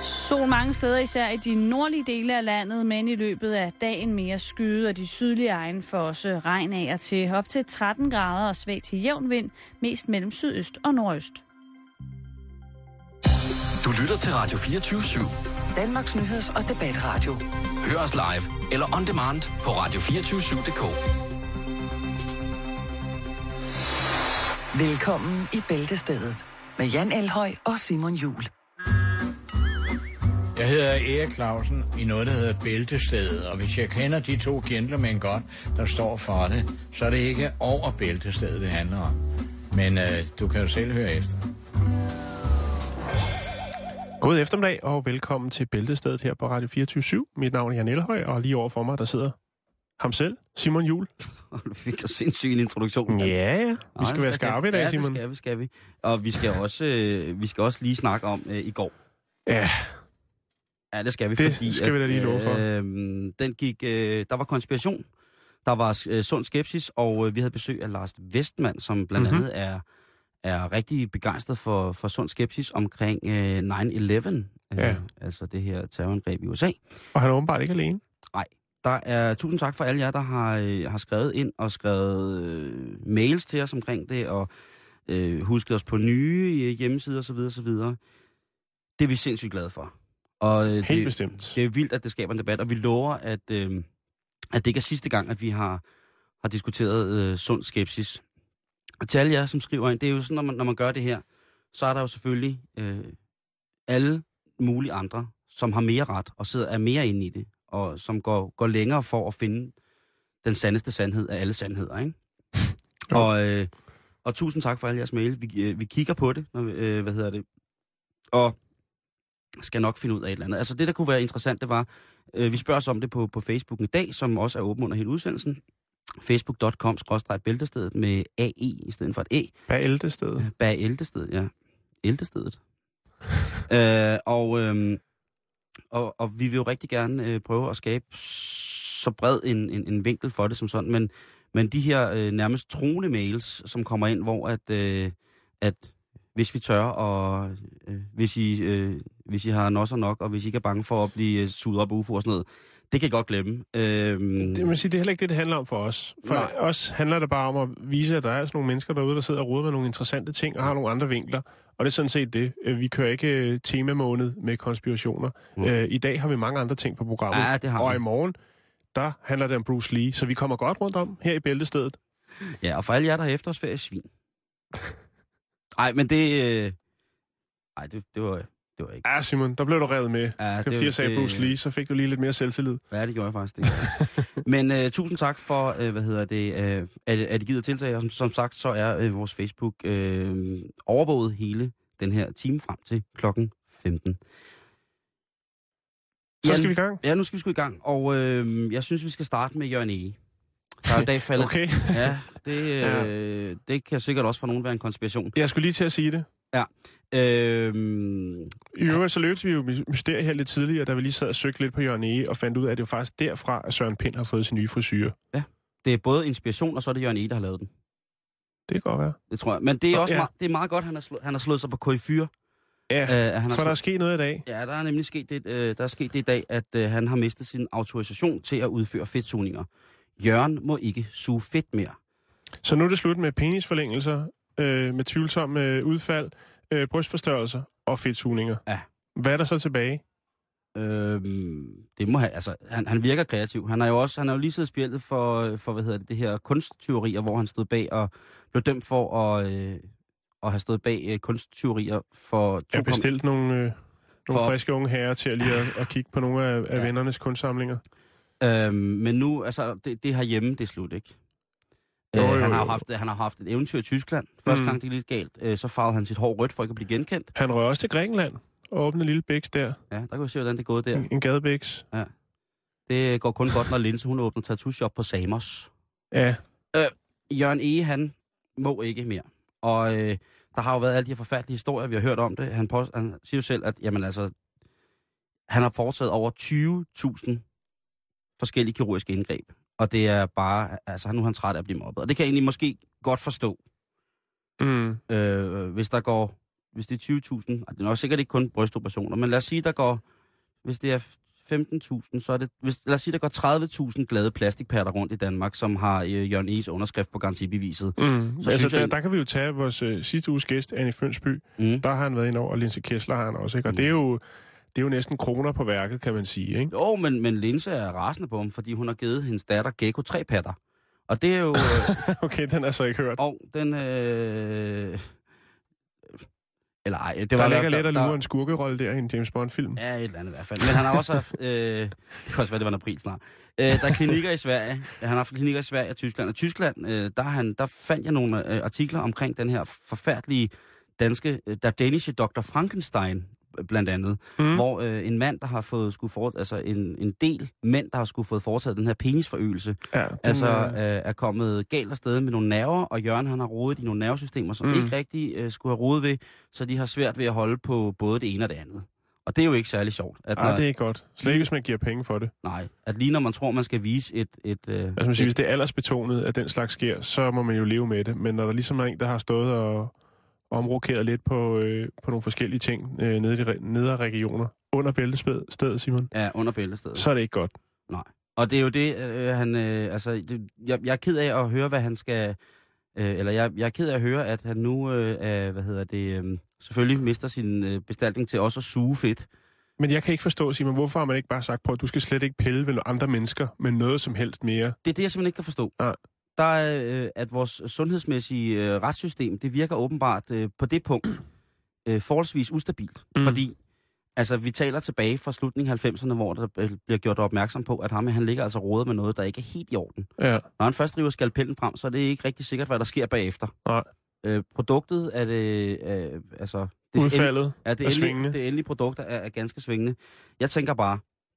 Sol mange steder, især i de nordlige dele af landet, men i løbet af dagen mere skyde, og de sydlige egne får også regn af og til op til 13 grader og svag til jævn vind, mest mellem sydøst og nordøst. Du lytter til Radio 24/7. Danmarks nyheds- og debatradio. Hør os live eller on demand på radio247.dk. Velkommen i Bæltestedet med Jan Elhøj og Simon Juhl. Jeg hedder Erik Clausen i noget, der hedder Bæltestedet, og hvis jeg kender de to gentlemen godt, der står for det, så er det ikke over Bæltestedet, det handler om. Men du kan jo selv høre efter. God eftermiddag og velkommen til Bæltestedet her på Radio 24/7. Mit navn er Jan Elhøj, og lige over for mig, der sidder ham selv, Simon Juhl. Du fik jo sindssygt en introduktion. Ja. Vi skal være skarpe i dag, Simon. Ja, det skal vi. Og vi skal også lige snakke om i går. Ja. Ja, det skal vi. Det fordi, skal vi da lige love for. Der var konspiration, der var sund skepsis, og vi havde besøg af Lars Westman, som blandt andet er rigtig begejstret for sund skepsis omkring 9/11. Ja. Altså det her terrorangreb i USA. Og han er åbenbart ikke alene. Nej. Der er tusind tak for alle jer, der har skrevet ind og skrevet mails til os omkring det, og husket os på nye hjemmesider osv. osv. Det er vi sindssygt glade for. Og Helt bestemt. Det er vildt, at det skaber en debat, og vi lover, at det ikke er sidste gang, at vi har diskuteret sund skepsis. Og til alle jer, som skriver ind, det er jo sådan, når man gør det her, så er der jo selvfølgelig alle mulige andre, som har mere ret og er mere inde i det, og som går længere for at finde den sandeste sandhed af alle sandheder, ikke? Og tusind tak for alle jeres mail. Vi kigger på det, og skal nok finde ud af et eller andet. Altså det, der kunne være interessant, det var, vi spørger os om det på Facebook i dag, som også er åben under hele udsendelsen. Facebook.com/bæltestedet med AE i stedet for et E. Bæltestedet. Bæltestedet, ja. Ældestedet. Og vi vil jo rigtig gerne prøve at skabe så bred en vinkel for det som sådan, men de her nærmest truende mails, som kommer ind, hvor at hvis vi tør, og hvis I har nosser nok, og hvis I ikke er bange for at blive suget op af UFO og sådan noget, det kan I godt glemme. Det er heller ikke det handler om for os. For os handler det bare om at vise, at der er sådan nogle mennesker derude, der sidder og roder med nogle interessante ting, og har nogle andre vinkler. Og det er sådan set det. Vi kører ikke temamåned med konspirationer. I dag har vi mange andre ting på programmet. Ja, det har vi. Og i morgen, der handler det om Bruce Lee. Så vi kommer godt rundt om her i Bæltestedet. Ja, og for alle jer, der har efterårsferie, svin. Ej, men det var ikke. Ja, Simon, der blev du revet med. Ja, det var fordi, jeg sagde Bruce Lee, så fik du lige lidt mere selvtillid. Ja, det gjorde jeg faktisk. Det. Men tusind tak for, at I gider tiltage. Og som sagt, så er vores Facebook overvåget hele den her time frem til klokken 15. Så skal vi i gang? Ja, nu skal vi sgu i gang. Og jeg synes, vi skal starte med Jørgen Ege. Der er i dag faldet. Okay. Ja, det kan sikkert også for nogen være en konspiration. Jeg skulle lige til at sige det. Ja. I øvrigt så løbte vi jo mysteriet her lidt tidligere, da vi lige sad og søgte lidt på Jørgen Ege, og fandt ud af, at det var faktisk derfra, at Søren Pind har fået sin nye frisyre. Ja. Det er både inspiration, og så er det Jørgen Ege, der har lavet den. Det kan godt være. Det tror jeg. Men det er også det er meget godt, han har slået sig på KI4. Ja, for der er sket noget i dag. Ja, der er nemlig sket det i dag, at han har mistet sin autorisation til at udføre fedtsugninger. Jørgen må ikke suge fedt mere. Så nu er det slut med penisforlængelser, med tvivlsomme udfald, brystforstørrelser og fedtsugninger. Ja. Hvad er der så tilbage? Det må have, altså, han virker kreativ. Han har jo lige siddet spjældet for det her kunsttyverier, hvor han stod bag og blev dømt for at have stået bag kunsttyverier for... Jeg bestilt nogle friske unge herrer til at lige at kigge på nogle af vennernes kunstsamlinger. Men nu, altså, det herhjemme, det er slut, ikke? Han har haft et eventyr i Tyskland. Første gang det gik lidt galt, så farvede han sit hår rødt for ikke at blive genkendt. Han røg også til Grækenland og åbnede en lille bæks der. Ja, der kan vi se, hvordan det er gået der. En gadebæks. Ja. Det går kun godt, når Linse, hun åbner tattoo-shop på Samos. Ja. Jørgen Ege, han må ikke mere. Og der har jo været alle de her forfærdelige historier, vi har hørt om det. Han siger jo selv, at jamen, altså, han har foretaget over 20.000 forskellige kirurgiske indgreb. Og det er bare, altså nu er han træt af at blive mobbet. Og det kan jeg egentlig måske godt forstå. Hvis der går hvis det er 20.000, det er nok sikkert ikke kun brystoperationer, men lad os sige, der går, hvis det er 15.000, så er det, lad os sige, der går 30.000 glade plastikpatter rundt i Danmark, som har Jørgen Eges underskrift på garantibeviset. Så altså, der kan vi jo tage vores sidste uges gæst, Annie Fønsby. Der har han været ind over, og Linse Kessler har han også, ikke? Og det er jo næsten kroner på værket, kan man sige, ikke? Jo, men Linse er rasende på ham, fordi hun har givet hendes datter Gekko 3 patter. Og det er jo... Okay, den er så ikke hørt. Og den... Eller ej, det der var... ligger lidt at lure en skurkerolle der i en James Bond-film. Ja, et eller andet i hvert fald. Men han har også haft... det kan også være, det var en april snart. Der er klinikker i Sverige. Han har haft klinikker i Sverige og Tyskland. Og Tyskland, der fandt jeg nogle artikler omkring den her forfærdelige danske... Der Danish Dr. Frankenstein, blandt andet. Hvor en mand, der har fået en del mænd, der har skulle fået foretaget den her penisforøgelse, er kommet galt afsted med nogle nerver, og Jørgen han har rodet i nogle nervesystemer, som ikke rigtig skulle have rodet ved, så de har svært ved at holde på både det ene og det andet. Og det er jo ikke særlig sjovt. Nej, det er ikke godt. Slet ikke, hvis man giver penge for det. Nej, at lige når man tror, man skal vise et altså man siger, hvis det er aldersbetonet, at den slags sker, så må man jo leve med det. Men når der ligesom er en, der har stået og omrokeret lidt på nogle forskellige ting nede i de nedre regioner. Under bæltestedet, Simon. Ja, under bæltestedet. Så er det ikke godt. Nej. Og det er jo det, jeg er ked af at høre, hvad han skal... jeg er ked af at høre, at han nu, selvfølgelig mister sin bestaltning til også at suge fedt. Men jeg kan ikke forstå, Simon, hvorfor har man ikke bare sagt på, at du skal slet ikke pille ved andre mennesker med noget som helst mere? Det er det, jeg simpelthen ikke kan forstå. Ja. Der er, at vores sundhedsmæssige retssystem, det virker åbenbart på det punkt forholdsvis ustabilt. Fordi, altså, vi taler tilbage fra slutningen af 90'erne, hvor der bliver gjort opmærksom på, at han ligger altså rodet med noget, der ikke er helt i orden. Ja. Når han først driver skalpellen frem, så er det ikke rigtig sikkert, hvad der sker bagefter. Nej. Produktet er det, udfaldet det endelige produkt er ganske svingende. Jeg tænker bare...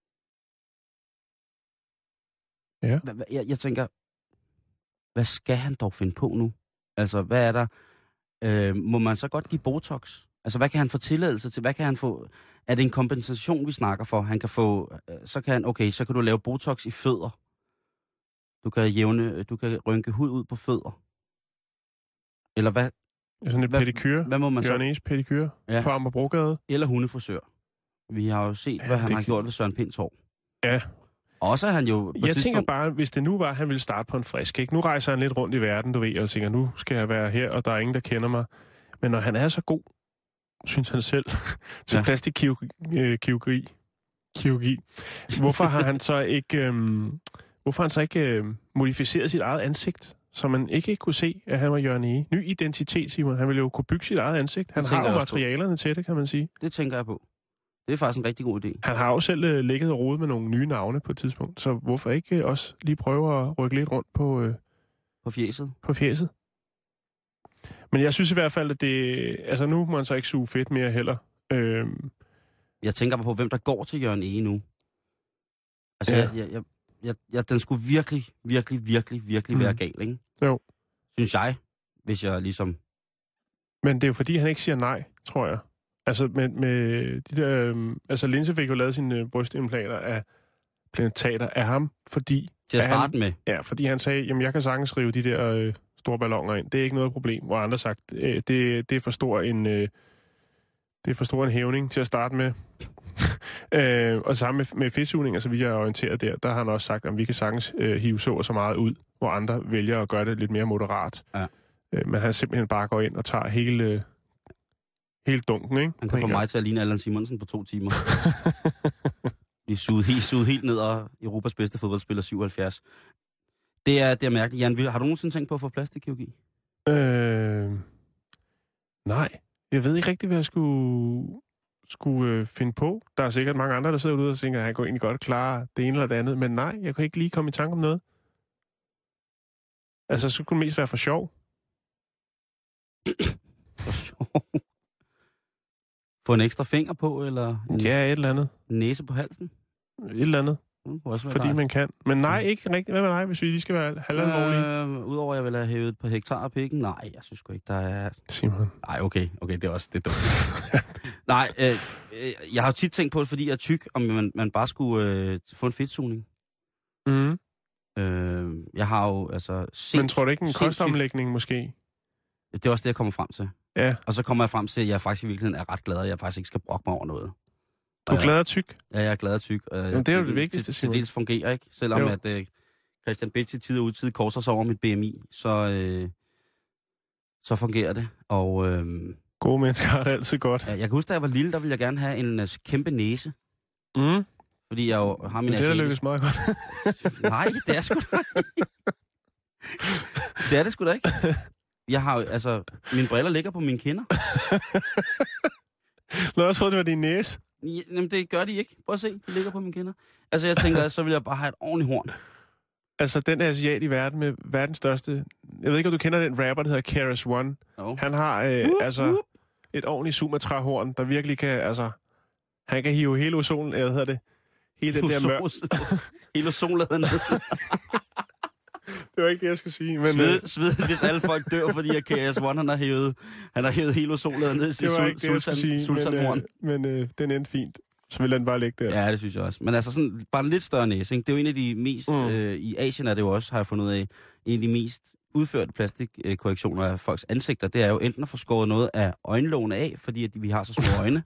Ja. Jeg tænker... Hvad skal han dog finde på nu? Altså, hvad er der? Må man så godt give Botox? Altså, hvad kan han få tilladelse til? Hvad kan han få? Er det en kompensation, vi snakker for? Han kan få... Så kan du lave Botox i fødder. Du kan rynke hud ud på fødder. Eller hvad? Sådan et pedikyr. Hvad må man så? Jørgen Eges pedikyr. Ja. På Amagerbrogade. Eller hundefrisør. Vi har jo set, hvad han har gjort ved Søren Pinds hår. Ja. Også han jo... Jeg tænker bare, hvis det nu var, at han ville starte på en frisk, ikke? Nu rejser han lidt rundt i verden, du ved, og tænker, nu skal jeg være her, og der er ingen, der kender mig. Men når han er så god, synes han selv, til plastikkirurgi, hvorfor har han så ikke, modificeret sit eget ansigt, så man ikke kunne se, at han var Jørgen Ege? Ny identitet, Simon. Han ville jo kunne bygge sit eget ansigt. Han har jo materialerne til det, kan man sige. Det tænker jeg på. Det er faktisk en rigtig god idé. Han har jo selv ligget og rodet med nogle nye navne på et tidspunkt, så hvorfor ikke også lige prøve at rykke lidt rundt på fjeset? På fjeset. Men jeg synes i hvert fald, at det... Altså nu må man så ikke suge fedt mere heller. Jeg tænker på, hvem der går til Jørgen Ege nu. Altså, ja. Den skulle virkelig være gal, ikke? Jo. Synes jeg, hvis jeg ligesom... Men det er jo fordi, han ikke siger nej, tror jeg. Altså med de der... Altså Linse fik jo lavet sine brystimplantater af ham, fordi... Til at starte med? Ja, fordi han sagde, jamen jeg kan sagtens rive de der store balloner ind. Det er ikke noget problem, hvor andre sagt, det er for stor en... det er for stor en hævning til at starte med. Og sammen med fedtsugninger, så vidt jeg er orienteret der har han også sagt, at vi kan sagtens hive så meget ud, hvor andre vælger at gøre det lidt mere moderat. Ja. Men han simpelthen bare går ind og tager hele dunken, ikke? Han kan få mig til at ligne Allan Simonsen på 2 timer. Vi er suget helt ned af Europas bedste fodboldspiller 77. Det er mærkeligt. Jan, har du nogensinde tænkt på at få plastikkirurgi? Nej. Jeg ved ikke rigtig, hvad jeg skulle finde på. Der er sikkert mange andre, der sidder ude og tænker, at han kunne egentlig godt klare det ene eller det andet. Men nej, jeg kunne ikke lige komme i tanke om noget. Altså, så kunne det mest være for sjov. For sjov? Få en ekstra finger på, eller... Et eller andet. En næse på halsen? Et eller andet. Fordi man kan. Men nej, ikke rigtigt. Hvad med dig, hvis vi lige skal være halvalvorlige? Udover at jeg vil have hævet et par hektar af pikken? Nej, jeg synes sgu ikke, der er... Simon. Nej, okay, det er også det dumt. Nej, jeg har jo tit tænkt på det, fordi jeg er tyk, om man bare skulle få en fedtsugning. Mm. Jeg har jo altså... Men tror du ikke en kostomlægning måske? Det er også det, jeg kommer frem til. Ja. Og så kommer jeg frem til, at jeg faktisk i virkeligheden er ret glad, og jeg faktisk ikke skal brokke mig over noget. Du er glad og tyk? Ja, jeg er glad og tyk. Jamen, det er jo det vigtigste, Simon. Til dels fungerer, ikke? Selvom jo. at Christian Bitz i tid og udtid korser sig over mit BMI, så fungerer det. Og, gode mennesker har det altid godt. Ja, jeg kan huske, da jeg var lille, der ville jeg gerne have en kæmpe næse. Mm. Fordi jeg jo har min det er lykkes meget godt. Nej, det er sgu da ikke. Det er det sgu da ikke. Jeg har altså, mine briller ligger på mine kinder. Nå, jeg troede, det var din næse. Jamen, det gør de ikke. Prøv at se, de ligger på mine kinder. Altså, jeg tænker, så vil jeg bare have et ordentligt horn. Altså, den asiat i verden med verdens største... Jeg ved ikke, om du kender den rapper, der hedder KRS-One. Oh. Han har et ordentligt Sumatra-horn, der virkelig kan... Altså, han kan hive hele solen... Hvad hedder det? Hele den der mørk... Hele solen ned. Det var ikke det, jeg skulle sige. Men, sved, hvis alle folk dør, fordi at KRS-One han har hævet hele solen ned i sit sultanhorn. Men den endte fint. Så vil den bare ligge der. Ja, det synes jeg også. Men altså sådan, bare en lidt større næse, ikke? Det er jo en af de mest... I Asien er det jo også, har jeg fundet ud af, en af de mest udførte plastikkorrektioner af folks ansigter. Det er jo enten at få skåret noget af øjenlågene af, fordi at vi har så små øjne.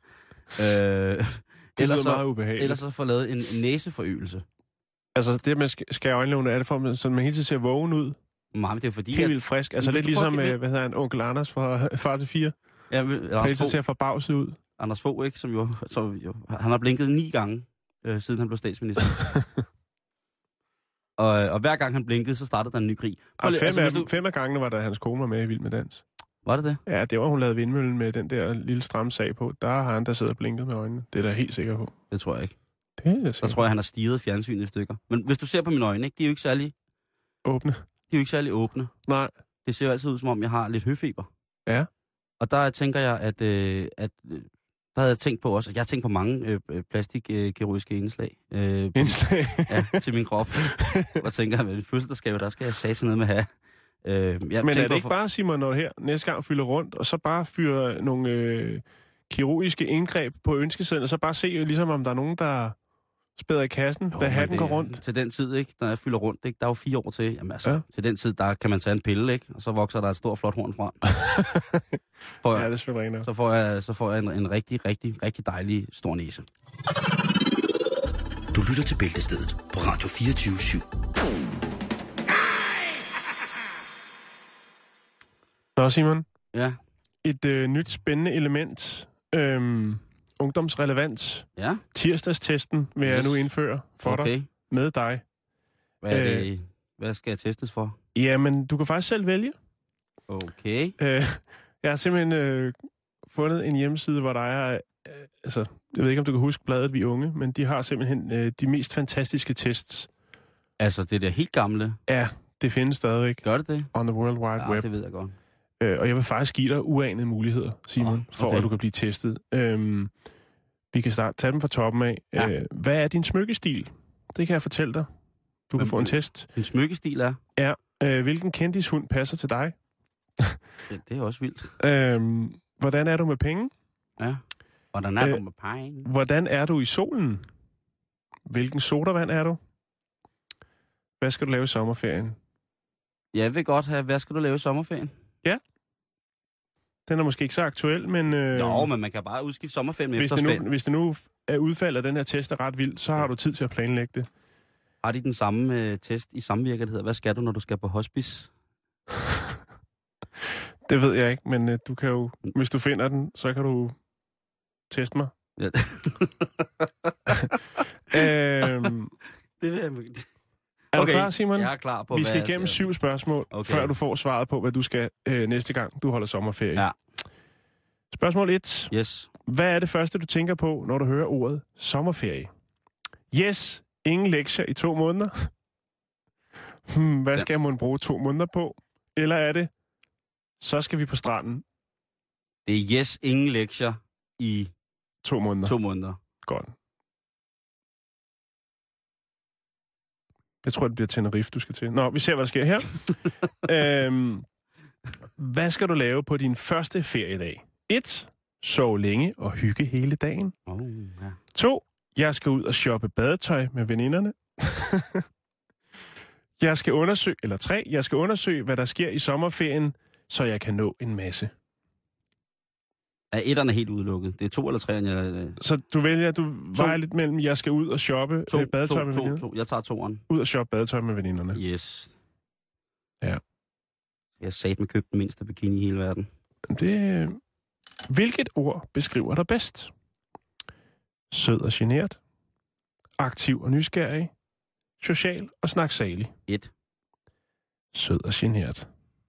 Ellers så få lavet en næseforøgelse. Altså det med skære øjenlågene, er det for, så man hele tiden ser vågen ud? Nej, men det er fordi... Helt vildt frisk. Altså lidt ligesom, hvad hedder han, onkel Anders fra Far til 4. Ja, hele tiden ser forbavset ud. Anders Fogh, ikke? Som jo, han har blinket 9 gange, siden han blev statsminister. og hver gang han blinkede, så startede der en ny krig. Fem af gangene var der, hans kone var med i Vild med Dans. Var det det? Ja, det var, hun lavede vindmøllen med den der lille stramme sag på. Der har han, der sidder og blinket med øjnene. Det er der helt sikker på. Det tror jeg ikke. Der tror jeg, han har stirret fjernsynet i stykker. Men hvis du ser på mine øjne, ikke? De er jo ikke særlig... Åbne. De er jo ikke særlig åbne. Nej. Det ser jo altid ud, som om jeg har lidt høfeber. Ja. Og der tænker jeg, at der havde jeg tænkt på også, at jeg har tænkt på mange plastikkirurgiske indslag. Indslag? Ja, til min krop. Og tænker, at i fødselsdagsgave, der skal jeg sige sådan noget med at have. Men er det ikke bare, Simon, når her næste gang fylder rundt, og så bare fyre nogle kirurgiske indgreb på ønskesedlen, og så bare se, ligesom om der er nogen, der spæder i kassen, da hatten går rundt? Til den tid, ikke, når jeg fylder rundt, ikke, der er jo 4 år til. Jamen altså, til den tid, der kan man tage en pille, ikke, og så vokser der et stort, flot horn frem. Ja, det er selvfølgelig rigtigt. Så får jeg en rigtig, rigtig, rigtig dejlig stor næse. Du lytter til Bæltestedet på Radio 24/7. Nå, Simon. Ja. Et nyt spændende element. Ungdomsrelevans. Ja. Tirsdagstesten vil jeg nu indføre for dig. Med dig. Hvad skal jeg testes for? Jamen, du kan faktisk selv vælge. Okay. Jeg har simpelthen fundet en hjemmeside, hvor der er... jeg ved ikke, om du kan huske bladet Vi Unge, men de har simpelthen de mest fantastiske tests. Altså, det der helt gamle? Ja, det findes stadigvæk. Gør det det? On the World Wide Web. Det ved jeg godt. Og jeg vil faktisk give dig uanede muligheder, Simon, for at du kan blive testet. Vi kan tage dem fra toppen af. Ja. Hvad er din smykkestil? Det kan jeg fortælle dig. Du kan få en test. Din smykkestil er? Ja. Hvilken kendishund passer til dig? Ja, det er også vildt. Hvordan er du med penge? Ja. Hvordan er du med penge? Hvordan er du i solen? Hvilken sodavand er du? Hvad skal du lave i sommerferien? Jeg vil godt have, hvad skal du lave i sommerferien? Ja. Den er måske ikke så aktuel, men... Jo, men man kan bare udskifte sommerferien med efterårsferien. Hvis det nu er udfald af den her test er ret vild, så har du tid til at planlægge det. Har de den samme test i samvirke, der hedder, hvad skal du, når du skal på hospice? Det ved jeg ikke, men du kan jo... Hvis du finder den, så kan du teste mig. Ja. Det vil jeg... Er du klar, Simon? Jeg er klar på, vi skal igennem 7 spørgsmål, før du får svaret på, hvad du skal næste gang, du holder sommerferie. Ja. Spørgsmål 1. Yes. Hvad er det første, du tænker på, når du hører ordet sommerferie? Yes, ingen lektier i 2 måneder. Hvad skal jeg måtte bruge 2 måneder på? Eller er det, så skal vi på stranden? Det er yes, ingen lektier i 2 måneder. 2 måneder. Godt. Jeg tror, det bliver Tenerife, du skal til. Nå, vi ser, hvad der sker her. Hvad skal du lave på din første feriedag? 1. Sove længe og hygge hele dagen. 2. Jeg skal ud og shoppe badetøj med veninderne. 3. Jeg skal undersøge, hvad der sker i sommerferien, så jeg kan nå en masse. Ja, etteren er helt udelukket. Det er 2 eller 3, jeg... Så du vælger, du vejer lidt mellem, jeg skal ud og shoppe badetøj med veninderne? 2. Jeg tager 2'eren. Ud og shoppe badetøj med veninderne. Yes. Ja. Jeg sagde med købt den mindste bikini i hele verden. Hvilket ord beskriver dig bedst? Sød og genert. Aktiv og nysgerrig. Social og snaksalig. 1. Sød og genert.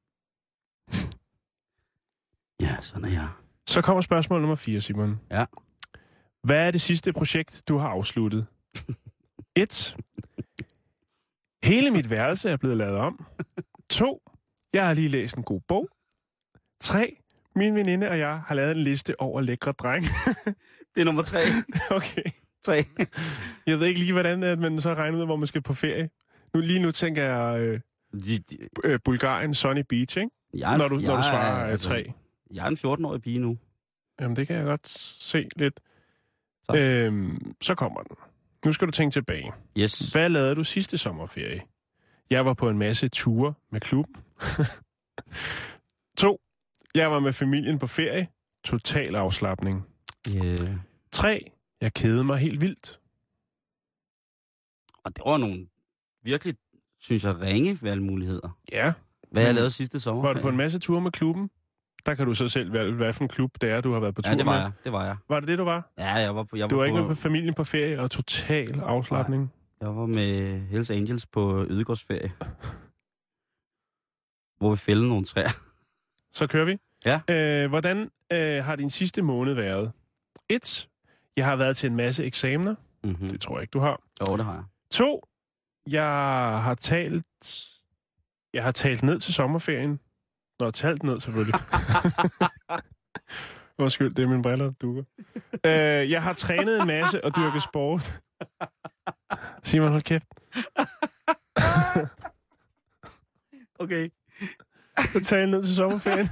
Ja, sådan er jeg. Så kommer spørgsmål nummer 4, Simon. Ja. Hvad er det sidste projekt, du har afsluttet? 1. Hele mit værelse er blevet lavet om. 2. Jeg har lige læst en god bog. 3. Min veninde og jeg har lavet en liste over lækre drenge. Det er nummer 3. Okay. 3. Jeg ved ikke lige, hvordan at man så regner ud, hvor man skal på ferie. Lige nu tænker jeg Bulgarien, Sunny Beach, ikke? Når du svarer 3. Jeg er en 14-årig pige nu. Jamen, det kan jeg godt se lidt. Så kommer den. Nu skal du tænke tilbage. Yes. Hvad lavede du sidste sommerferie? Jeg var på en masse ture med klubben. 2. Jeg var med familien på ferie. Total afslapning. 3. Jeg kedede mig helt vildt. Og det var nogle virkelig, synes jeg, ringe valgmuligheder. Ja. Hvad jeg lavede sidste sommerferie? Var du på en masse ture med klubben? Der kan du så selv vælge, hvad for en klub det er, du har været på tur med. Ja, det var jeg. Var det det, du var? Ja, jeg var du var ikke med på familien på ferie og total afslapning? Nej, jeg var med Hells Angels på Ødegårdsferie. Hvor vi fældede nogle træer. Så kører vi. Ja. Hvordan har din sidste måned været? 1. Jeg har været til en masse eksamener. Mm-hmm. Det tror jeg ikke, du har. Jo, det har jeg. 2. Jeg har talt ned til sommerferien. Talt ned, selvfølgelig. Undskyld, det er mine briller, der dukker. Jeg har trænet en masse og dyrket sport. Simon, hold kæft. Okay. Tale ned til sommerferien.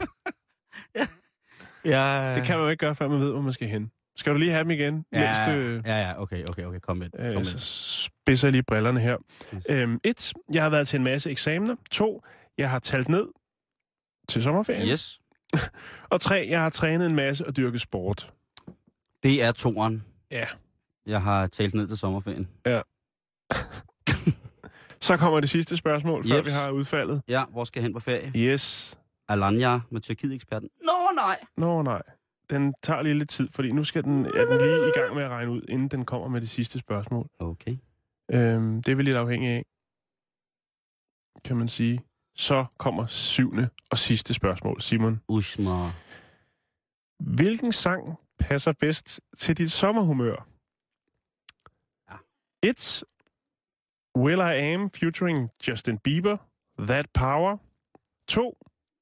Ja. Det kan man jo ikke gøre, før man ved, hvor man skal hen. Skal du lige have dem igen? Ja, okay, kom med. Så spidser jeg lige brillerne her. Yes. 1. Jeg har været til en masse eksamener. 2. Jeg har talt ned til sommerferien. Yes. Og 3. Jeg har trænet en masse og dyrket sport. Det er 2'eren. Ja. Jeg har talt ned til sommerferien. Ja. Så kommer det sidste spørgsmål, før vi har udfaldet. Ja, hvor skal jeg hen på ferie? Yes. Alanya med Tyrkiet-eksperten. Nå nej. Den tager lige lidt tid, fordi nu er den lige i gang med at regne ud, inden den kommer med det sidste spørgsmål. Okay. Det er vi lidt afhængige af, kan man sige. Så kommer 7. og sidste spørgsmål, Simon. Usmar. Hvilken sang passer bedst til dit sommerhumør? Ja. 1. Will I Am featuring Justin Bieber, That Power. 2.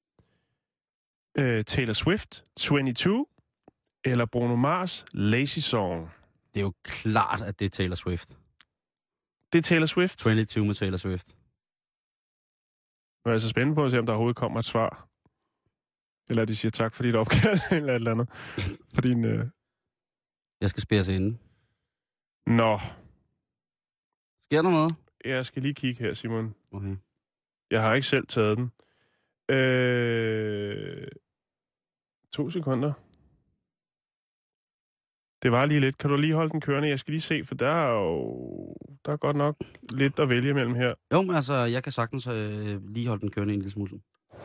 Taylor Swift, 22. Eller Bruno Mars, Lazy Song. Det er jo klart, at det er Taylor Swift. Det er Taylor Swift? 22 med Taylor Swift. Nu er jeg så spændende på at se, om der overhovedet kommer et svar. Eller de siger tak for dit opkald, eller et eller andet. For din... Jeg skal spæres inde. Nå. Sker der noget? Jeg skal lige kigge her, Simon. Okay. Jeg har ikke selv taget den. 2 sekunder. Det var lige lidt. Kan du lige holde den kørende? Jeg skal lige se, for der er godt nok lidt at vælge mellem her. Jo, men altså, jeg kan sagtens lige holde den kørende en lille smule.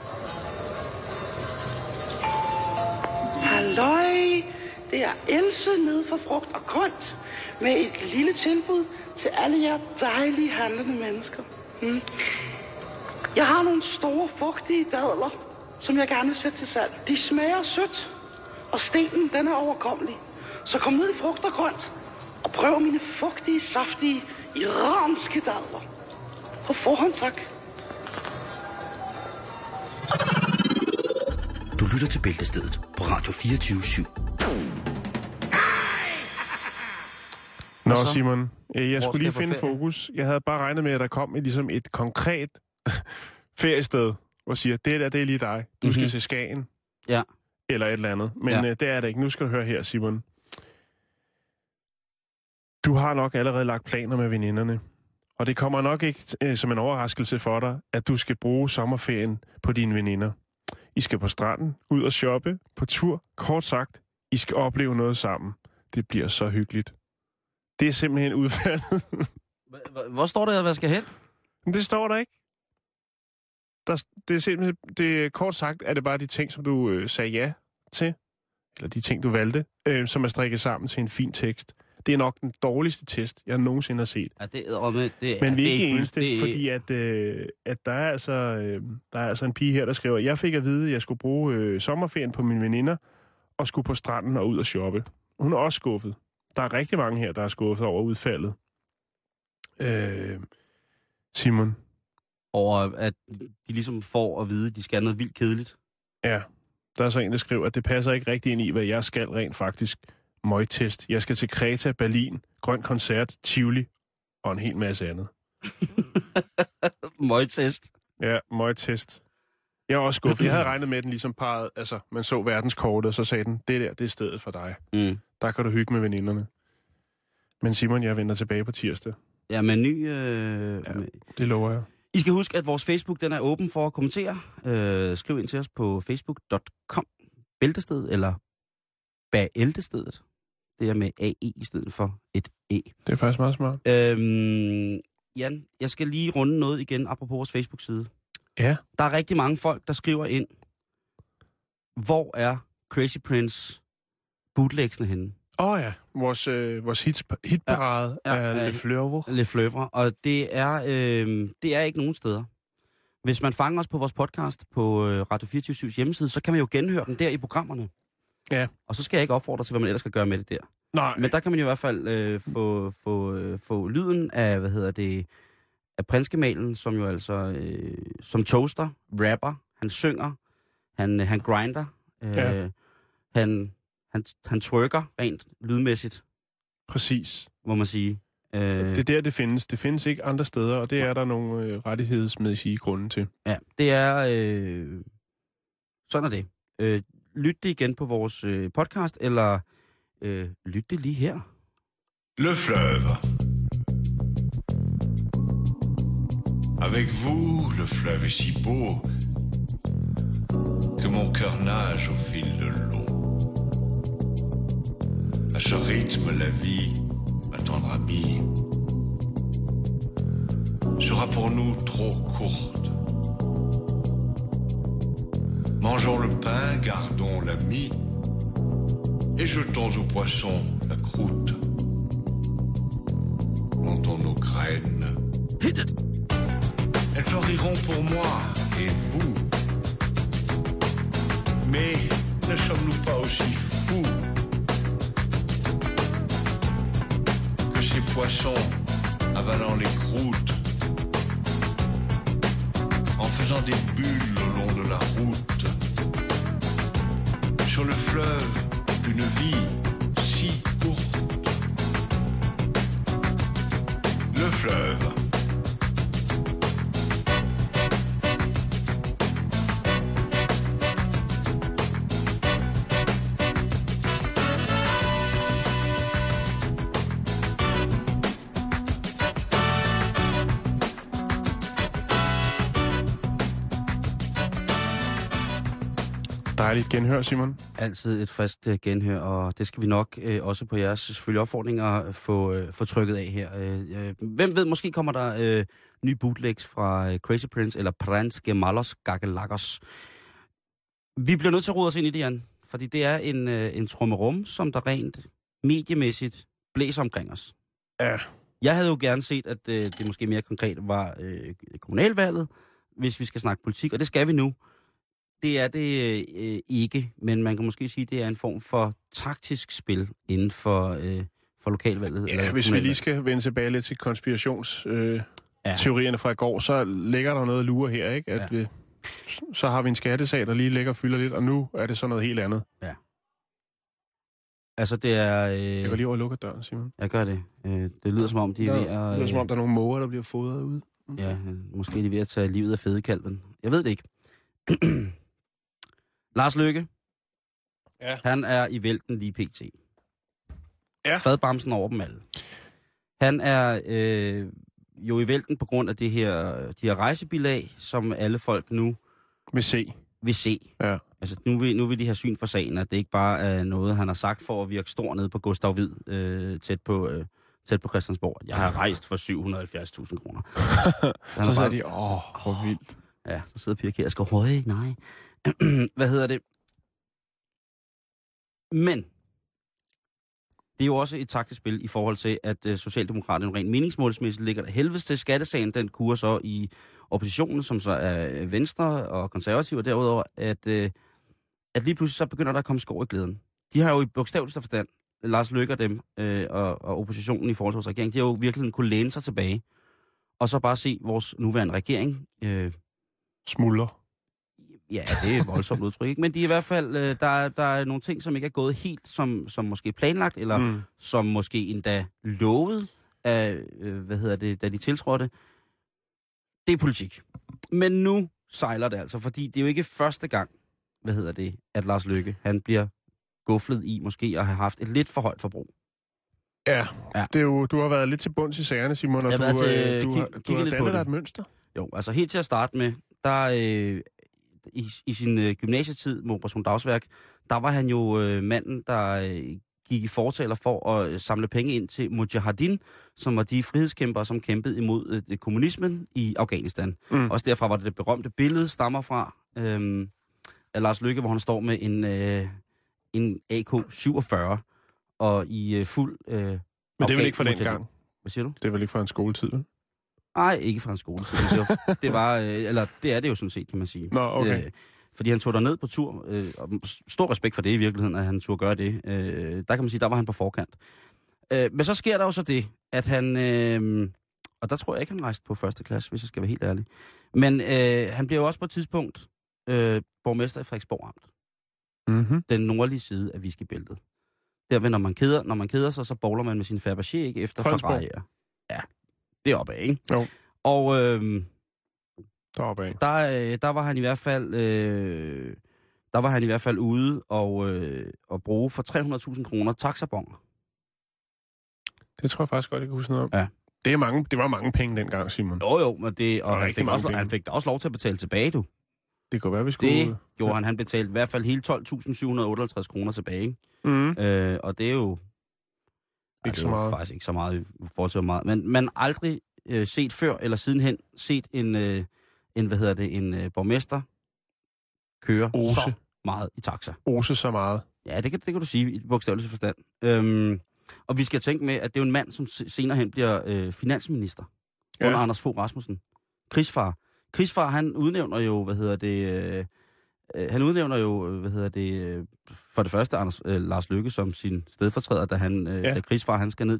Halløj, det er Else nede for frugt og grønt med et lille tilbud til alle jer dejlige handlende mennesker. Jeg har nogle store, fugtige dadler, som jeg gerne vil sætte til salg. De smager sødt, og stenen den er overkommelig. Så kom ned i frugt og grønt og prøv mine fugtige, saftige, iranske dadler. På forhånd tak. Du lytter til Bæltestedet på Radio 24/7. Nå, Simon, jeg skulle lige finde fokus. Jeg havde bare regnet med, at der kom ligesom et konkret feriested, hvor siger, det er lige dig. Du skal til Skagen. Ja. Eller et eller andet. Men det er det ikke. Nu skal du høre her, Simon. Du har nok allerede lagt planer med veninderne. Og det kommer nok ikke som en overraskelse for dig, at du skal bruge sommerferien på dine veninder. I skal på stranden, ud og shoppe, på tur. Kort sagt, I skal opleve noget sammen. Det bliver så hyggeligt. Det er simpelthen udfaldet. Hvor står der, hvad skal hen? Det står der ikke. Det er simpelthen, kort sagt, er det bare de ting, som du sagde ja til, eller de ting, du valgte, som er strikket sammen til en fin tekst. Det er nok den dårligste test, jeg nogensinde har set. Ja, Men vi er ikke eneste, fordi at der er altså en pige her, der skriver, jeg fik at vide, at jeg skulle bruge sommerferien på mine veninder, og skulle på stranden og ud og shoppe. Hun er også skuffet. Der er rigtig mange her, der er skuffet over udfaldet. Simon? Over at de ligesom får at vide, at de skal noget vildt kedeligt. Ja, der er så en, der skriver, at det passer ikke rigtig ind i, hvad jeg skal rent faktisk. Møgtest. Jeg skal til Kreta, Berlin, Grøn Koncert, Tivoli og en hel masse andet. Møgtest. Ja, møgtest. Jeg er også skuffet. Jeg havde regnet med, at den ligesom parrede, altså man så verdenskortet, og så sagde den, det er stedet for dig. Mm. Der kan du hygge med veninderne. Men Simon, jeg vender tilbage på tirsdag. Ja, med ny... Det lover jeg. I skal huske, at vores Facebook, den er åben for at kommentere. Skriv ind til os på facebook.com, bæltestedet, eller bæltestedet. Det er med AE i stedet for et E. Det er faktisk meget smart. Jan, jeg skal lige runde noget igen, apropos vores Facebook-side. Ja. Der er rigtig mange folk, der skriver ind, hvor er Crazy Prince bootlegsene henne? Ja, vores hitparade er Le Fleuve. Le Fleuve, og det er ikke nogen steder. Hvis man fanger os på vores podcast på Radio 24/7's hjemmeside, så kan man jo genhøre den der i programmerne. Ja. Og så skal jeg ikke opfordre til, hvad man ellers skal gøre med det der. Nej. Men der kan man i hvert fald få lyden af, af prinsgemalen, som jo altså, som toaster, rapper, han synger, han grinder, han twerker rent lydmæssigt. Præcis. Må man sige. Det er der, det findes. Det findes ikke andre steder, og det er der nogle rettighedsmæssige grunde til. Ja, det er... sådan er det. Lyt det igen på vores podcast, eller lyt det lige her. Le fleuve. Avec vous, le fleuve est si beau que mon cœur nage au fil de l'eau. À ce rythme, la vie, ma tendre amie, sera pour nous trop courte. Mangeons le pain, gardons la mie, et jetons aux poissons la croûte. Plantons nos graines. Elles fleuriront pour moi et vous. Mais ne sommes-nous pas aussi fous que ces poissons avalant les croûtes, en faisant des bulles au long de la route, sur le fleuve d'une vie si courte. Le fleuve. Dejligt genhør, Simon. Altid et frisk genhør, og det skal vi nok også på jeres selvfølgelig opfordringer få trykket af her. Hvem ved, måske kommer der nye bootlegs fra Crazy Prince eller Prins Gemalos Gagalagos. Vi bliver nødt til at rode os ind i det, Jan, fordi det er en trommerum, som der rent mediemæssigt blæser omkring os. Ja. Jeg havde jo gerne set, at det måske mere konkret var kommunalvalget, hvis vi skal snakke politik, og det skal vi nu. Det er det ikke, men man kan måske sige, at det er en form for taktisk spil inden for lokalvalget. Ja, eller hvis vi lige skal vende tilbage lidt til konspirationsteorierne fra i går, så ligger der noget lure her, ikke? At så har vi en skattesag, der lige ligger og fylder lidt, og nu er det så noget helt andet. Ja. Altså, det er... Jeg går lige over og lukker døren, Simon. Jeg gør det. Det lyder som om, de er ved at... Det lyder som om, der er nogle måger, der bliver fodret ud. Ja, måske er de ved at tage livet af fedekalven. Jeg ved det ikke. Lars Løkke, han er i vælten lige pt. Ja. Fadbamsen over dem alle. Han er jo i vælten på grund af de her rejsebilag, som alle folk nu vil se. Ja. Altså, nu vil de have syn for sagen, at det ikke bare er noget, han har sagt for at virke stor nede på Gustav Hvid, tæt på Christiansborg. Jeg har rejst for 770.000 kroner. Så sagde de, hvor vildt. Ja, så sidder Pia Kjærsgaard, nej. Hvad hedder det? Men det er jo også et taktisk spil i forhold til, at Socialdemokraterne rent meningsmålsmæssigt ligger der helvedes til. Skattesagen, den kurer så i oppositionen, som så er Venstre og Konservative, og derudover, at lige pludselig så begynder der at komme skov i glæden. De har jo i bogstaveligste forstand, Lars Løkke og dem, og oppositionen i forhold til vores regering, de har jo virkelig kunne læne sig tilbage, og så bare se vores nuværende regering smuldrer. Ja, det er voldsomt udtryk, ikke? Men de er i hvert fald, der er nogle ting, som ikke er gået helt som måske planlagt, eller som måske endda lovet af, da de tiltrådte. Det er politik. Men nu sejler det altså, fordi det er jo ikke første gang, at Lars Løkke, han bliver guflet i måske at have haft et lidt for højt forbrug. Ja. Det er jo, du har været lidt til bunds i sagerne, Simon, og du har dannet dig et mønster. Jo, altså helt til at starte med, der i sin gymnasietid med Operation Dagsværk, der var han jo manden, der gik i fortaler for at samle penge ind til Mujahedin, som var de frihedskæmpere, som kæmpede imod kommunismen i Afghanistan. Også derfra var det berømte billede, stammer fra af Lars Løkke, hvor han står med en AK-47 og i fuld Men det er vel ikke for den gang? Hvad siger du? Det er vel ikke fra en skoletid, vel? Nej, ikke fra en skoletid. Det er det jo sådan set, kan man sige. Nå, okay. Fordi han tog ned på tur, og stor respekt for det i virkeligheden, at han turde gøre det. Der kan man sige, der var han på forkant. Men så sker der jo så det, at han, og der tror jeg ikke, han rejste på første klasse, hvis jeg skal være helt ærlig. Men han bliver jo også på et tidspunkt borgmester i Frederiksborg Amt. Mm-hmm. Den nordlige side af whiskybæltet. Derved, når man keder sig, så bowler man med sin Fabergé, ikke? Efter Ferrari. Ja, det er opad, ikke? Jo. Og der var han i hvert fald ude og bruge for 300.000 kroner taxabonger. Det tror jeg faktisk godt, jeg kan huske noget om. Ja. Det var mange penge dengang, Simon. Jo, men han fik da også lov til at betale tilbage, du. Det kunne være, vi skulle... Det gjorde han betalte i hvert fald hele 12.758 kroner tilbage, ikke? Og det er jo... Ikke så meget. Faktisk ikke så meget i forhold til meget. Men man aldrig set før eller sidenhen set en borgmester køre så meget i taxa. Ose så meget. Ja, det kan du sige i bogstavelig forstand. Og vi skal tænke med, at det er jo en mand, som senere hen bliver finansminister under Anders Fogh Rasmussen. Krigsfar, han udnævner jo, for det første Lars Løkke som sin stedfortræder, da Krigsfar han skal ned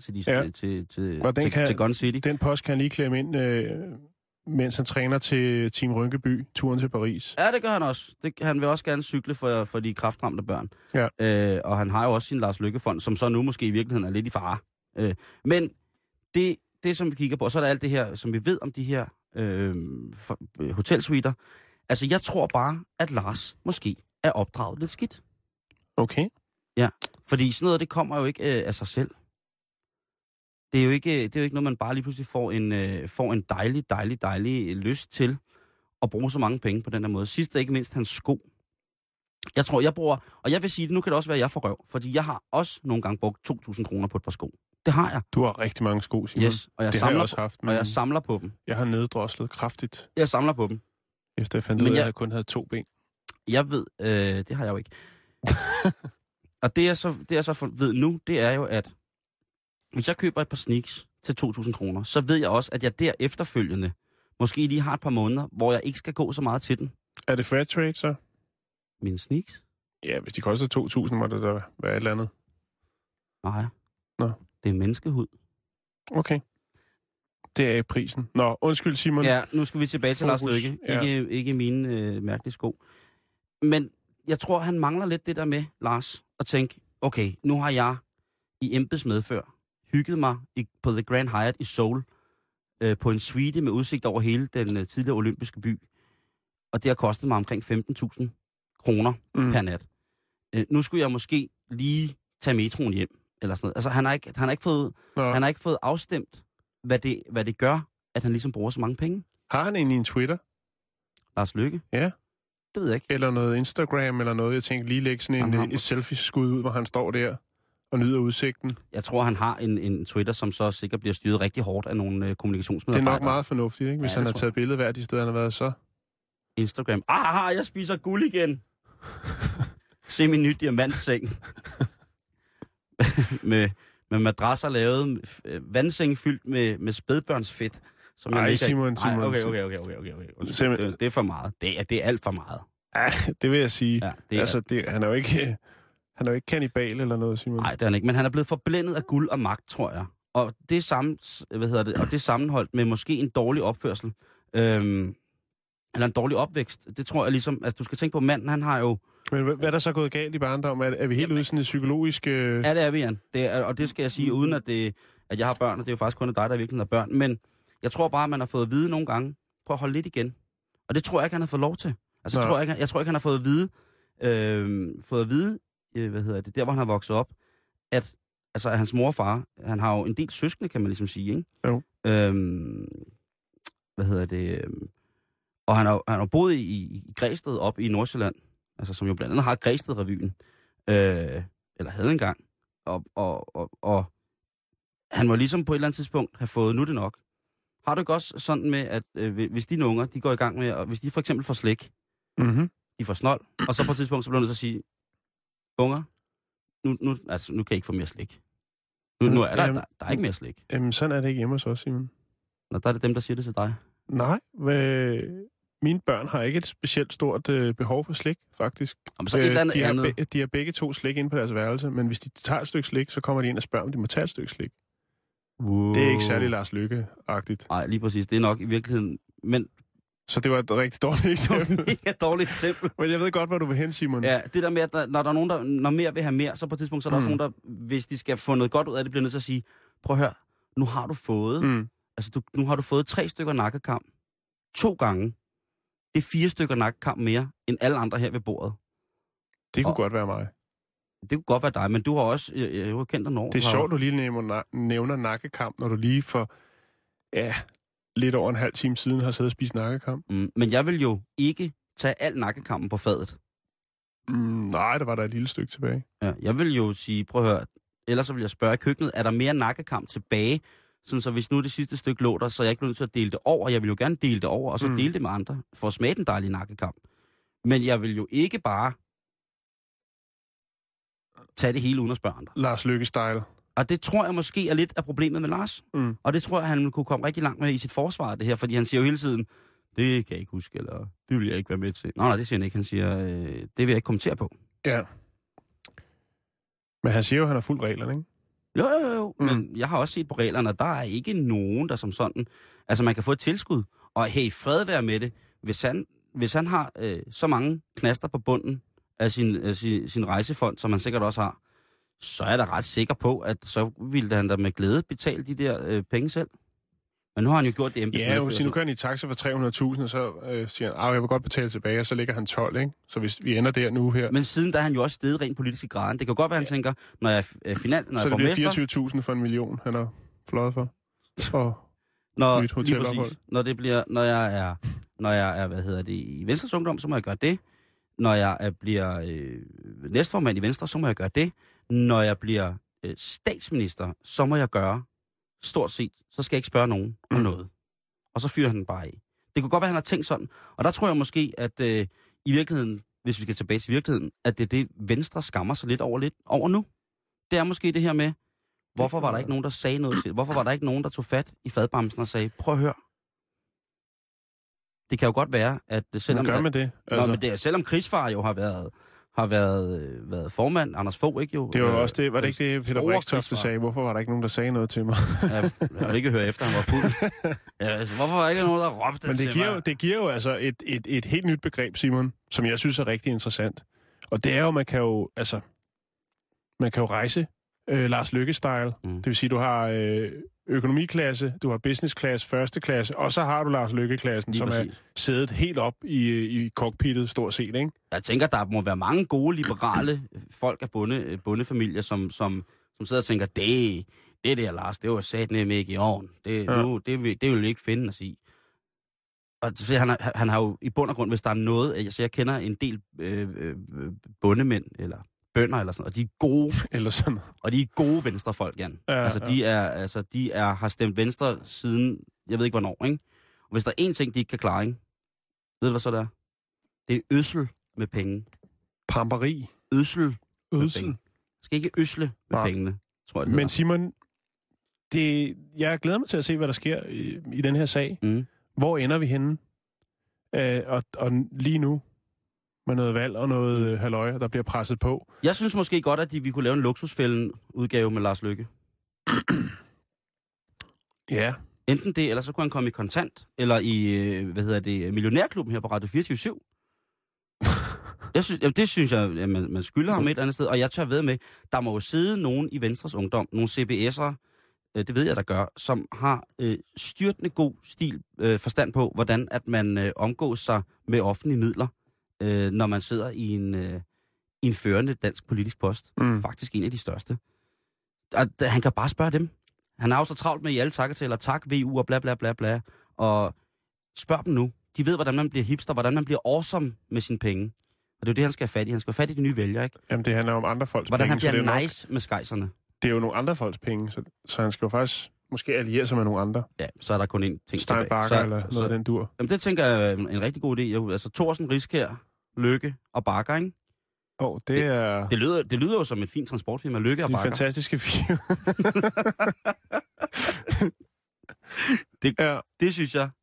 til Gun City. Den post kan han lige klemme ind, mens han træner til Team Rynkeby, turen til Paris. Ja, det gør han også. Han vil også gerne cykle for de kræftramte børn. Ja. Og han har jo også sin Lars Løkke-fond, som så nu måske i virkeligheden er lidt i fare. Men det, som vi kigger på, så er der alt det her, som vi ved om de her hotelsuiter. Altså, jeg tror bare, at Lars måske er opdraget lidt skidt. Okay. Ja, fordi sådan noget, det kommer jo ikke af sig selv. Det er jo ikke noget, man bare lige pludselig får en dejlig lyst til at bruge så mange penge på den her måde. Sidst er ikke mindst hans sko. Jeg tror, jeg bruger, og jeg vil sige det, nu kan det også være, at jeg får røv, fordi jeg har også nogle gange brugt 2.000 kroner på et par sko. Det har jeg. Du har rigtig mange sko, Simon. Yes, og jeg samler på dem. Jeg har neddroslet kraftigt. Jeg samler på dem. Efter jeg fandt ud af, at jeg kun havde 2 ben. Jeg ved, det har jeg jo ikke. Og det jeg så ved nu, det er jo, at hvis jeg køber et par sneaks til 2.000 kroner, så ved jeg også, at jeg der efterfølgende måske lige har et par måneder, hvor jeg ikke skal gå så meget til den. Er det fair trade, så? Mine sneaks? Ja, hvis de koster 2.000, må det da være et eller andet. Nej. Nå. Det er menneskehud. Okay. Det er prisen. Nå, undskyld, Simon. Ja, nu skal vi tilbage til Lars Løkke. Ja. Ikke mine mærkelige sko. Men jeg tror, han mangler lidt det der med, Lars, at tænke, okay, nu har jeg i embedsmedfør hygget mig på The Grand Hyatt i Seoul på en suite med udsigt over hele den tidligere olympiske by. Og det har kostet mig omkring 15.000 kroner per nat. Nu skulle jeg måske lige tage metroen hjem, eller sådan noget. Altså, han har ikke fået afstemt, hvad det gør, at han ligesom bruger så mange penge. Har han egentlig en Twitter? Lars Løkke? Ja. Det ved jeg ikke. Eller noget Instagram eller noget. Jeg tænker lige lægge sådan et selfie-skud ud, hvor han står der og nyder udsigten. Jeg tror, han har en Twitter, som så sikkert bliver styret rigtig hårdt af nogle kommunikationsmedarbejdere. Det er nok meget fornuftigt, ikke? Hvis han har taget billeder hver de steder, han har været så. Instagram. Jeg spiser guld igen. Se min nye diamantseng. med madrasser lavet, vandseng fyldt med spædbørnsfedt. Som jeg Simon. Okay. Det er for meget. Det er alt for meget. Ja, det vil jeg sige. Ja, altså, han er jo ikke kannibal eller noget, Simon. Nej, det er han ikke. Men han er blevet forblændet af guld og magt, tror jeg. Og det er og det er sammenholdt med måske en dårlig opførsel. Eller en dårlig opvækst. Det tror jeg ligesom, du skal tænke på, manden, han har jo... Men hvad er der så gået galt i barndommen? Er vi helt ude i sådan et psykologisk... Ja, det er vi, Jan. Og det skal jeg sige, uden at jeg har børn, og det er jo faktisk kun dig, der virkelig har børn. Men jeg tror bare, at man har fået at vide nogle gange, prøv at holde lidt igen. Og det tror jeg ikke, han har fået lov til. Altså, jeg tror ikke, han har fået at vide, der hvor han har vokset op, at hans mor og far, han har jo en del søskende, kan man ligesom sige, ikke? Jo. Og han har boet i Græsted op i Nordsjælland, altså som jo blandt andet har Græsted-revyen, eller havde engang. Og han må ligesom på et eller andet tidspunkt have fået, nu det nok. Har du ikke også sådan med, at hvis dine unger, de går i gang med, og hvis de for eksempel får slik, de får snold, og så på et tidspunkt, så bliver du nødt til at sige, unger, nu kan I ikke få mere slik. Nu er der er ikke mere slik. Jamen, sådan er det ikke hjemme hos os, Simon. Nå, der er det dem, der siger det til dig. Nej, mine børn har ikke et specielt stort behov for slik, faktisk. Jamen, så et eller andet de har begge to slik inde på deres værelse, men hvis de tager et stykke slik, så kommer de ind og spørger, om de må tage et stykke slik. Wow. Det er ikke særlig Lars Løkke-agtigt. Nej, lige præcis. Det er nok i virkeligheden... Men... Så det var et rigtig dårligt eksempel. Det var et dårligt eksempel. Men jeg ved godt, hvor du vil hen, Simon. Ja, det der med, at når der er nogen, når mere vil have mere, så på et tidspunkt, så er der også nogen, der, hvis de skal få noget godt ud af det, bliver nødt til at sige, prøv at høre, nu har du fået... nu har du fået 3 stykker nakkekam 2 gange. Det er 4 stykker nakkekam mere, end alle andre her ved bordet. Det kunne godt være mig. Det kunne godt være dig, men du har også... Jeg har kendt dig når. Det er sjovt, du lige nævner nakkekamp, når du lige for lidt over en halv time siden har siddet og spist nakkekamp. Men jeg vil jo ikke tage al nakkekampen på fadet. Nej, der var der et lille stykke tilbage. Ja, jeg vil jo sige, prøv at høre, ellers så vil jeg spørge i køkkenet, er der mere nakkekamp tilbage? Sådan så hvis nu det sidste stykke lå der, så er jeg ikke nødt til at dele det over. Jeg vil jo gerne dele det over, og så dele det med andre, for at smage den dejlige nakkekamp. Men jeg vil jo ikke bare tage det hele uden at spørge andre. Lars Løkke-style. Og det tror jeg måske er lidt af problemet med Lars. Og det tror jeg, han kunne komme rigtig langt med i sit forsvar, det her. Fordi han siger jo hele tiden, det kan jeg ikke huske, eller det vil jeg ikke være med til. Nej, det siger han ikke. Han siger, det vil jeg ikke kommentere på. Ja. Men han siger jo, at han har fulgt reglerne, ikke? Jo. Men jeg har også set på reglerne, at der er ikke nogen, der som sådan... Altså, man kan få et tilskud. Og hey, fred være med det. Hvis han har så mange knaster på bunden af sin rejsefond, som han sikkert også har, så er jeg da ret sikker på, at så ville han da med glæde betale de der penge selv. Men nu har han jo gjort det embedsmæssigt. Ja, hvis nu kører han i taxa for 300.000, og så siger han, jeg vil godt betale tilbage, og så ligger han 12, ikke? Så hvis vi ender der nu her... Men siden der er han jo også steget rent politisk i graden. Det kan godt være, han tænker, når jeg er så det bliver 24.000 for 1 million, han har fløjet for. Og nyt hotelophold. Når jeg er i Venstres Ungdom, så må jeg gøre det. Når jeg bliver næstformand i Venstre, så må jeg gøre det. Når jeg bliver statsminister, så må jeg gøre stort set, så skal jeg ikke spørge nogen om noget. Og så fyrer han den bare af. Det kunne godt være, at han har tænkt sådan. Og der tror jeg måske, at i virkeligheden, hvis vi skal tilbage til virkeligheden, at det er det, Venstre skammer sig lidt over nu. Det er måske det her med, hvorfor var der ikke nogen, der sagde noget til? Hvorfor var der ikke nogen, der tog fat i fadbamsen og sagde, prøv at høre. Det kan jo godt være, at selvom... Hvad gør med det? Altså... selvom krigsfar jo har været formand, Anders Fogh, ikke jo? Det var også det, var det ikke det, Peter Brixtofte sagde? Hvorfor var der ikke nogen, der sagde noget til mig? Jeg vil ikke høre efter, han var fuld. Altså, hvorfor var der ikke nogen, der råbte Men til mig? Det giver jo altså et helt nyt begreb, Simon, som jeg synes er rigtig interessant. Og det er jo, man kan jo rejse Lars Løkke-style. Det vil sige, du har økonomiklasse, du har businessklasse, første klasse, og så har du Lars Løkke-klassen, som er siddet helt op i cockpittet, stort set, ikke? Jeg tænker, der må være mange gode, liberale folk af bondefamilier, som sidder og tænker, det der, Lars, det var sat ned med ikke i ovnen. Det vil vi ikke finde os i. Og han har jo i bund og grund, hvis der er noget... Altså, jeg kender en del bondemænd, eller bønder, eller sådan, og de er gode... Eller sådan. Og de er gode venstrefolk, Jan. Ja, de har stemt venstre siden... Jeg ved ikke, hvornår, ikke? Og hvis der er én ting, de ikke kan klare, ikke? Ved du, hvad så det er? Det er ødsel med penge. Pamperi. Ødsel. Skal ikke ødsle med pengene, tror jeg, det Men Simon, jeg glæder mig til at se, hvad der sker i den her sag. Mm. Hvor ender vi henne? Og lige nu, med noget valg og noget halløj, der bliver presset på. Jeg synes måske godt, at vi kunne lave en luksusfælden-udgave med Lars Løkke. Ja. Enten det, eller så kunne han komme i kontant, eller i, Millionærklubben her på Radio 24/7. Det synes jeg, at man skylder ham et andet sted, og jeg tør ved med, der må jo sidde nogen i Venstres Ungdom, nogle CBS'ere, det ved jeg, der gør, som har styrtende god forstand på, hvordan at man omgås sig med offentlige midler, når man sidder i en førende dansk politisk post. Faktisk en af de største. Han kan bare spørge dem. Han har jo så travlt med i alle takketaler, tak, VU og bla bla bla bla, og spørg dem nu. De ved, hvordan man bliver hipster, hvordan man bliver awesome med sine penge. Og det er jo det, han skal have fat i. Han skal have fat i de nye vælgere, ikke? Jamen, det handler om andre folks hvordan penge. Hvordan han bliver nice med skejserne. Det er jo nogle andre folks penge, så han skal jo faktisk måske alliere sig med nogle andre. Ja, så er der kun én ting Stein Bakker eller noget af den dur. Jamen, det tænker jeg er en rigtig god idé. Altså, Thorsen, Riskær, Løkke og Bakker, ikke? Det lyder jo som et fint transportfirma, Løkke og Bakker. Det er fantastiske firma. Det synes jeg.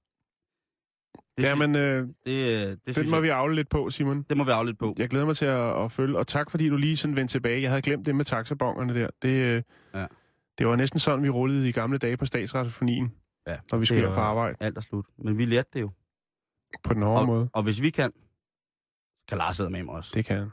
Det må vi afle lidt på, Simon. Det må vi afle lidt på. Jeg glæder mig til at følge, og tak fordi du lige sådan vendte tilbage. Jeg havde glemt det med taxabongerne der. Det var næsten sådan, vi rullede i gamle dage på Statsradiofonien, når vi skulle på arbejde. Alt er slut. Men vi lærte det jo. På den hårde måde. Og hvis vi kan Lars sidde med mig også. Det kan han.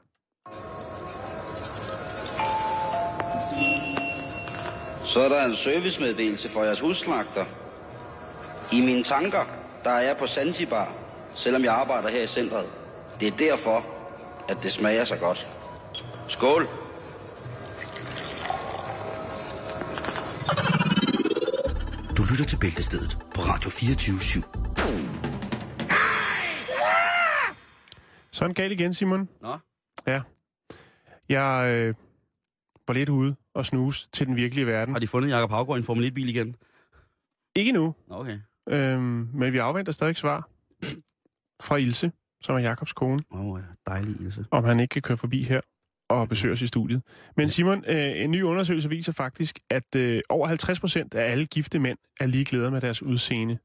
Så er der en servicemeddelelse for jeres husslagter. I mine tanker, der er jeg på Zanzibar, selvom jeg arbejder her i centret. Det er derfor, at det smager så godt. Skål! Du lytter til Bæltestedet på Radio 24/7. Sådan galt igen, Simon. Nå? Ja. Jeg var lidt ude og snuse til den virkelige verden. Har de fundet Jakob Haugaard i en Formel 1-bil igen? Ikke nu. Okay. Men vi afventer stadig svar fra Ilse, som er Jakobs kone. Dejlig Ilse. Om han ikke kan køre forbi her og besøge os i studiet. Men Simon, en ny undersøgelse viser faktisk, at over 50% af alle gifte mænd er ligeglade med deres udseende.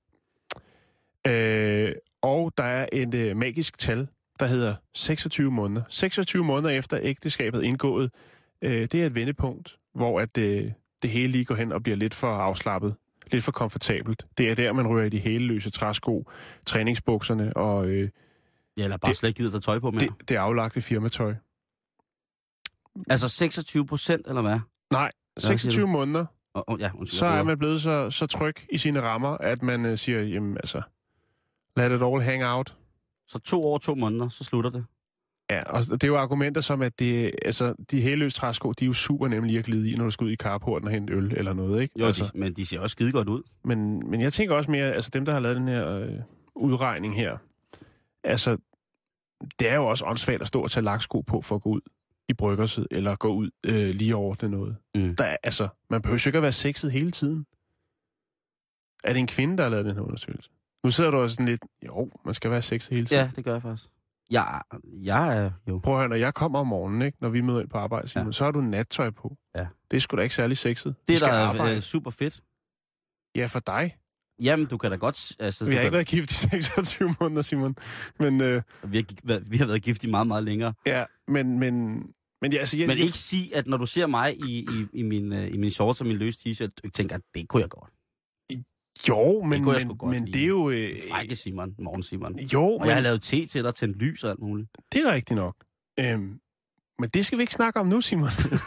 Og der er et magisk tal, der hedder 26 måneder. 26 måneder efter ægteskabet indgået, det er et vendepunkt, hvor at, det hele lige går hen og bliver lidt for afslappet. Lidt for komfortabelt. Det er der, man ryger i de heleløse træsko, træningsbukserne og... eller bare slet ikke gider tage tøj på mere. Det aflagte firmatøj. Altså 26%, eller hvad? Nej, 26 måneder. Så er man blevet så tryg i sine rammer, at man siger, jamen altså, let it all hang out. Så 2 år, 2 måneder, så slutter det. Ja, og det er jo argumenter som, at de heleløse træsko, de er jo super nemlige at glide i, når du skal ud i carporten og hente øl eller noget, ikke? Jo, altså, men de ser også skide godt ud. Men jeg tænker også mere, altså dem, der har lavet den her udregning her, altså, det er jo også åndssvagt at stå og tage laksko på for at gå ud i bryggerset, eller gå ud lige over det noget. Altså, man behøver jo ikke at være sexet hele tiden. Er det en kvinde, der har lavet den her undersøgelse? Nu sidder du også sådan lidt, jo, man skal være sexet hele tiden. Ja, det gør jeg faktisk. Jeg er jo... Prøv at høre, når jeg kommer om morgenen, ikke, når vi møder ind på arbejde, Simon, så har du nattøj på. Ja. Det er sgu da ikke særlig sexet. Det er da super fedt. Ja, for dig. Jamen, du kan da godt... Altså, vi har ikke været gift i 26 måneder, Simon. Men, vi har været gift i meget, meget længere. Ja, men altså... Men ikke sige, at når du ser mig i min shorts og min løse t-shirt, du tænker, at det kunne jeg godt. Jo, men det er jo... Frække Simon, morgen Simon. Jo, og jeg har lavet te til dig, tændt lys og alt muligt. Det er rigtigt nok. Men det skal vi ikke snakke om nu, Simon.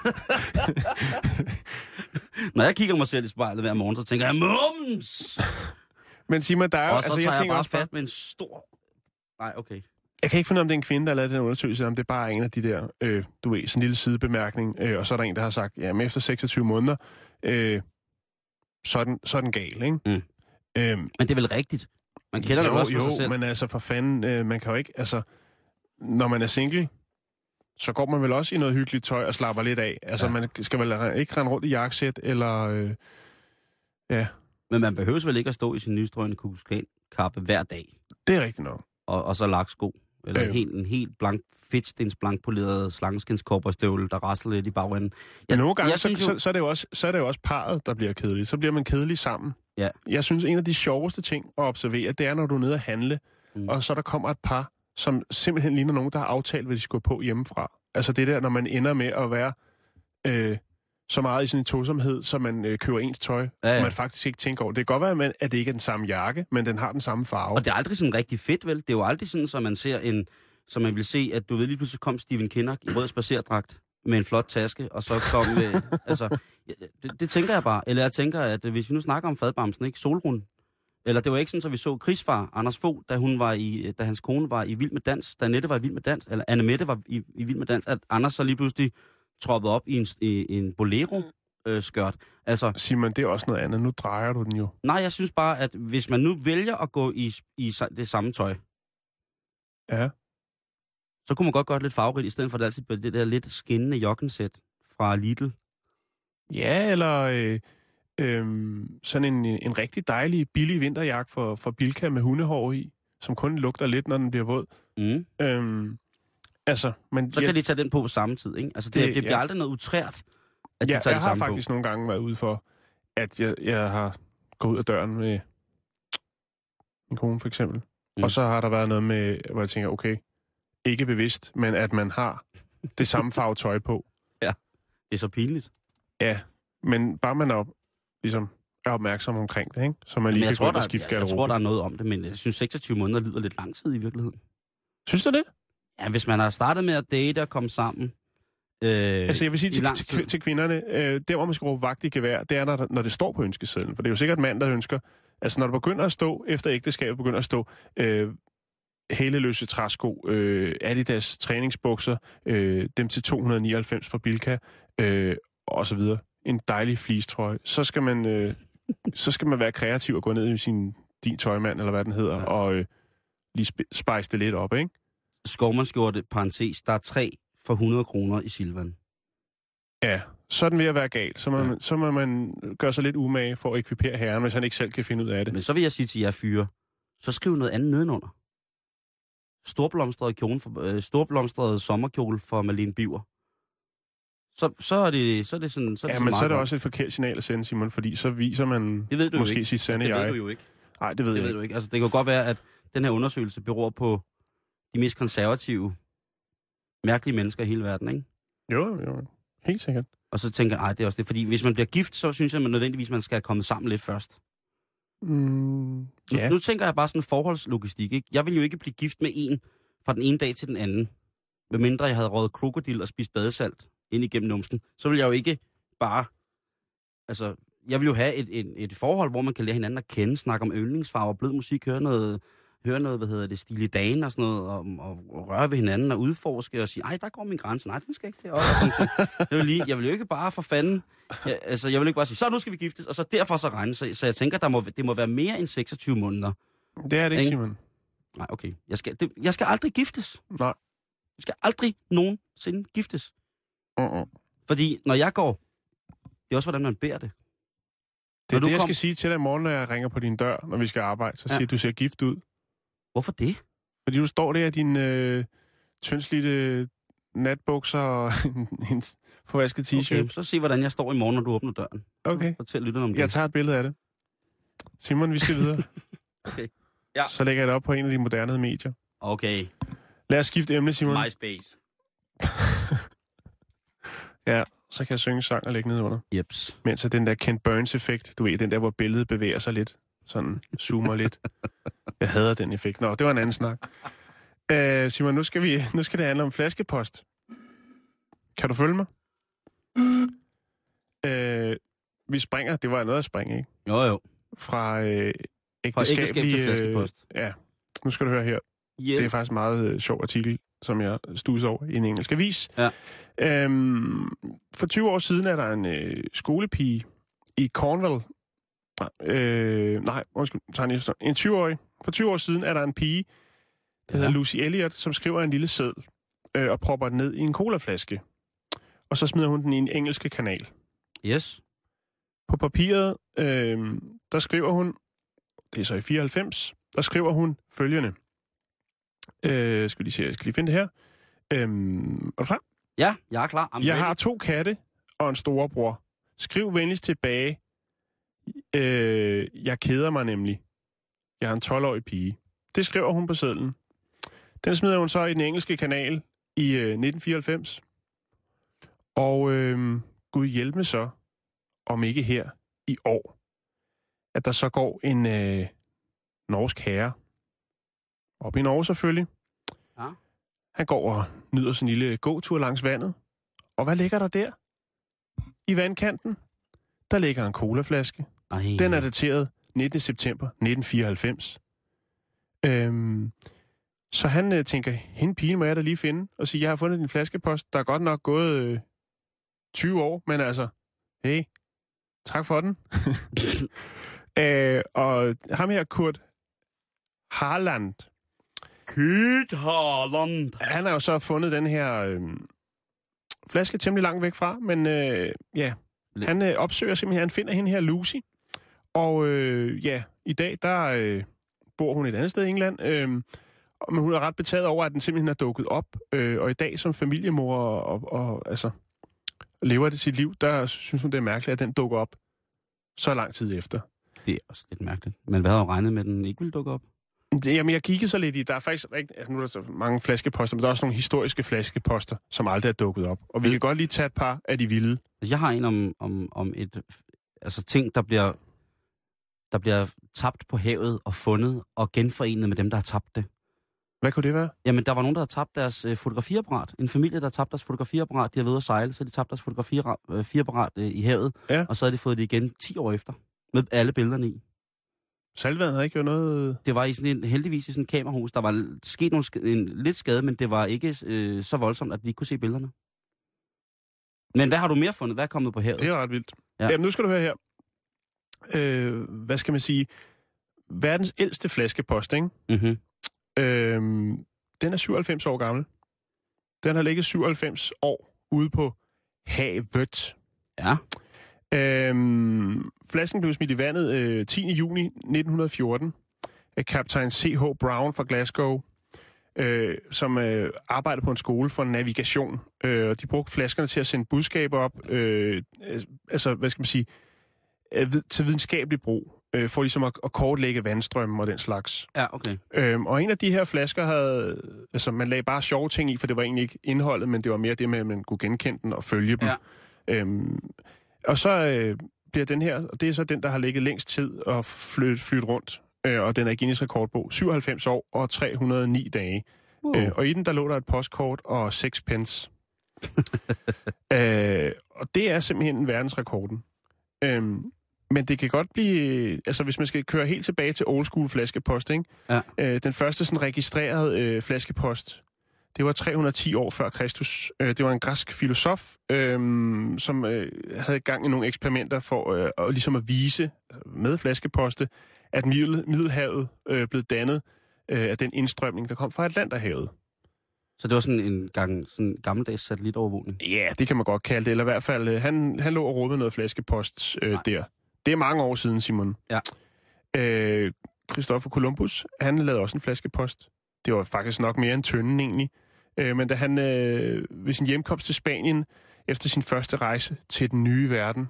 Når jeg kigger mig selv i spejlet hver morgen, så tænker jeg, mums! Men Simon, der er jo... Og så tager jeg bare fat med en stor... Nej, okay. Jeg kan ikke finde, om det er en kvinde, der har lavet den undersøgelse, om det er bare en af de der, du ved, sådan en lille sidebemærkning, og så er der en, der har sagt, ja, men efter 26 måneder, så er den gal, ikke? Men det er vel rigtigt? Man kender det også for sig selv. Men altså for fanden, man kan jo ikke, altså, når man er single, så går man vel også i noget hyggeligt tøj og slapper lidt af. Altså, man skal vel ikke rende rundt i jakkesæt, eller, ja. Men man behøver vel ikke at stå i sin nystrøgende kugelskabe hver dag. Det er rigtigt nok. Og så laksko. Eller en helt blank, fedtstens blankpoleret slangeskinskobberstøvle, der rasler lidt i bagenden. Nogle gange, så er det jo også parret, der bliver kedeligt. Så bliver man kedelig sammen. Ja. Jeg synes, en af de sjoveste ting at observere, det er, når du er nede at handle, og så der kommer et par, som simpelthen ligner nogen, der har aftalt, hvad de skal gå på hjemmefra. Altså det der, når man ender med at være så meget i sin tosomhed, så man køber ens tøj, og man faktisk ikke tænker over. Det kan godt være, at det ikke er den samme jakke, men den har den samme farve. Og det er aldrig sådan rigtig fedt, vel? Det er jo aldrig sådan, så man ser så man vil se, at du ved lige pludselig kom Steven Kinnock i rød spacerdragt med en flot taske, og så kom med, altså, det tænker jeg bare. Eller jeg tænker, at hvis vi nu snakker om fadbamsen, ikke? Solrun. Eller det var ikke sådan, så vi så krigsfar Anders Fogh, da hans kone var i Vild med Dans, da Annette var i Vild med Dans, eller Anne Mette var i Vild med Dans, at Anders så lige pludselig troppet op i en bolero-skørt. Altså, Simon, det er også noget andet. Nu drejer du den jo. Nej, jeg synes bare, at hvis man nu vælger at gå i det samme tøj, så kunne man godt gøre det lidt farverigt, i stedet for det der lidt skinnende joggensæt fra Lidl. Ja, eller sådan en rigtig dejlig, billig vinterjakke for Bilka med hundehår i, som kun lugter lidt, når den bliver våd. Altså, men så kan de tage den på samme tid, ikke? Altså, det bliver aldrig noget utrært, at de tager det samme på. Jeg har faktisk nogle gange været ude for, at jeg har gået ud af døren med min kone, for eksempel. Og så har der været noget med, hvor jeg tænker, okay, ikke bevidst, men at man har det samme farve tøj på. Ja, det er så pinligt. Ja, men bare man er opmærksom omkring det, ikke? Så man lige kan gå ud og skifte garderobe. Jeg tror, der er noget om det, men jeg synes 26 måneder lyder lidt lang tid i virkeligheden. Synes du det? Ja, hvis man har startet med at date og komme sammen. Altså jeg vil sige til kvinderne, der hvor man skal råbe vagt i gevær, det er, når det står på ønskesedlen. For det er jo sikkert mand, der ønsker. Altså når det begynder at stå, efter ægteskabet begynder at stå, hæleløse træsko, Adidas træningsbukser, dem til 299 fra Bilka, og så videre. En dejlig fleecetrøje. Så skal man være kreativ og gå ned i din tøjmand, eller hvad den hedder, og lige spice det lidt op, ikke? Skovmandsskjorte, parentes, der er 3 for 100 kroner i Silvan. Ja, så er den ved at være galt. Så må man gøre sig lidt umage for at ekvipere herren, hvis han ikke selv kan finde ud af det. Men så vil jeg sige til jer fyre, så skriv noget andet nedenunder. Storblomstret sommerkjole for Malene Biver. Så er det sådan... Men så er det også et forkert signal at sende, Simon, fordi så viser man måske sit sande jeg. Det ved du jo ikke. Nej, det ved jeg ikke. Ikke. Altså, det kan godt være, at den her undersøgelse beror på de mest konservative, mærkelige mennesker i hele verden, ikke? Jo. Helt sikkert. Og så tænker jeg, det er også det. Fordi hvis man bliver gift, så synes jeg, at man nødvendigvis man skal komme sammen lidt først. Nu tænker jeg bare sådan en forholdslogistik, ikke? Jeg vil jo ikke blive gift med en fra den ene dag til den anden. Medmindre jeg havde røget krokodil og spist badesalt ind igennem numsen. Så vil jeg jo ikke bare... Altså, jeg vil jo have et forhold, hvor man kan lære hinanden at kende, snakke om yndlingsfarver, blød musik, høre noget, Stille Dane og sådan noget, og røre ved hinanden og udforske og sige, ej, der går min grænse. Nej, den skal ikke deroppe. Jeg vil jo ikke bare for fanden... jeg vil ikke bare sige, så nu skal vi giftes, og så derfor så regne. Så jeg tænker, det må være mere end 26 måneder. Det er det ikke, Simon. Nej, okay. Jeg skal aldrig giftes. Nej. Jeg skal aldrig nogensinde giftes. Fordi når jeg går, det er også, hvordan man bærer det. Det er det, jeg skal sige til dig i morgen, når jeg ringer på din dør, når vi skal arbejde. Så siger du ser gift ud. Hvorfor det? Fordi du står der i din tyndslidte natbukser og en forvasket t-shirt. Okay, så se, hvordan jeg står i morgen, når du åbner døren. Okay. Fortæl lytterne om det. Jeg tager et billede af det. Simon, vi skal videre. Okay. Ja. Så lægger jeg det op på en af de moderne medier. Okay. Lad os skifte emne, Simon. MySpace. Ja, så kan jeg synge sang og lægge ned under. Jeps. Mens den der Ken Burns-effekt, du ved, den der, hvor billedet bevæger sig lidt. Sådan zoomer lidt. Jeg hader den effekt. Nå, det var en anden snak. Simon, nu skal det handle om flaskepost. Kan du følge mig? Vi springer, det var noget at springe, ikke? Jo. Fra ægteskab til flaskepost. Ja, nu skal du høre her. Yeah. Det er faktisk en meget sjov artikel, som jeg studser over i en engelsk avis. Ja. For 20 år siden er der en skolepige i Cornwall. En 20-årig. For 20 år siden er der en pige, der hedder Lucy Elliott, som skriver en lille seddel og propper den ned i en colaflaske. Og så smider hun den i en engelske kanal. Yes. På papiret, der skriver hun, det er så i 94, der skriver hun følgende. Jeg skal lige finde det her. Er du klar? Ja, jeg er klar. Jeg har 2 katte og en storebror. Skriv venligst tilbage. Jeg keder mig nemlig. Jeg har en 12-årig pige. Det skriver hun på sedlen. Den smider hun så i den engelske kanal i 1994. Og Gud hjælpe så, om ikke her i år, at der så går en norsk herre. Op i Norge selvfølgelig. Ja. Han går og nyder sin lille gåtur langs vandet. Og hvad ligger der der? I vandkanten? Der ligger en colaflaske. Den er dateret 19. september 1994. Så han tænker, hende pigen må jeg da lige finde, og sige, jeg har fundet din flaskepost. Der er godt nok gået 20 år, men altså, hey, tak for den. Og ham her, Kurt Harland. Han har jo så fundet den her flaske temmelig langt væk fra, men han opsøger simpelthen, han finder hende her, Lucy. Og i dag, der bor hun et andet sted i England, men hun er ret betaget over, at den simpelthen er dukket op. Og i dag som familiemor og altså lever det sit liv, der synes hun, det er mærkeligt, at den dukker op så lang tid efter. Det er også lidt mærkeligt. Men hvad har du regnet med, at den ikke ville dukke op? Jamen, jeg kiggede så lidt i, der er faktisk nu er der så mange flaskeposter, men der er også nogle historiske flaskeposter, som aldrig er dukket op. Og vi kan godt lige tage et par af de vilde. Jeg har en om et, altså ting, der bliver tabt på havet og fundet og genforenet med dem, der har tabt det. Hvad kunne det være? Jamen, der var nogen, der havde tabt deres fotografiapparat. En familie, der har tabt deres fotografiapparat. De har været ude at sejle, så de tabte deres fotografiapparat i havet. Ja. Og så havde de fået det igen 10 år efter. Med alle billederne i. Saltvandet havde ikke gjort noget... Det var heldigvis i sådan en kamerahus. Der var sket lidt skade, men det var ikke så voldsomt, at vi ikke kunne se billederne. Men hvad har du mere fundet? Hvad er kommet på havet? Det er ret vildt. Ja. Jamen, nu skal du høre her. Hvad skal man sige? Verdens ældste flaskepost, ikke? Mhm. Den er 97 år gammel. Den har ligget 97 år ude på havet. Ja. Flasken blev smidt i vandet 10. juni 1914 af kaptajn C.H. Brown fra Glasgow, som arbejdede på en skole for navigation. Og de brugte flaskerne til at sende budskaber op, altså, hvad skal man sige, til videnskabelig brug, for ligesom at kortlægge vandstrømmen og den slags. Ja, okay. Og en af de her flasker havde, altså man lagde bare sjove ting i, for det var egentlig ikke indholdet, men det var mere det med, at man kunne genkende den og følge dem. Ja. Og så bliver den her, og det er så den, der har ligget længst tid og flyttet rundt, og den er i Guinness rekordbog, 97 år og 309 dage. Og i den, der lå der et postkort og 6 pence. Og det er simpelthen verdensrekorden. Men det kan godt blive, altså hvis man skal køre helt tilbage til old school flaskepost, ikke? Ja. Den første sådan registrerede flaskepost, det var 310 år før Kristus. Det var en græsk filosof, som havde gang i nogle eksperimenter for ligesom at vise med flaskeposte, at Middelhavet blev dannet af den indstrømning, der kom fra Atlanterhavet. Så det var sådan en gammeldags satellitovervågning? Ja, det kan man godt kalde det. Eller i hvert fald, han lå og rådede noget flaskepost der. Det er mange år siden, Simon. Ja. Christopher Columbus, han lavede også en flaskepost. Det var faktisk nok mere end tønden egentlig. Men da han ved sin hjemkomst til Spanien, efter sin første rejse til den nye verden,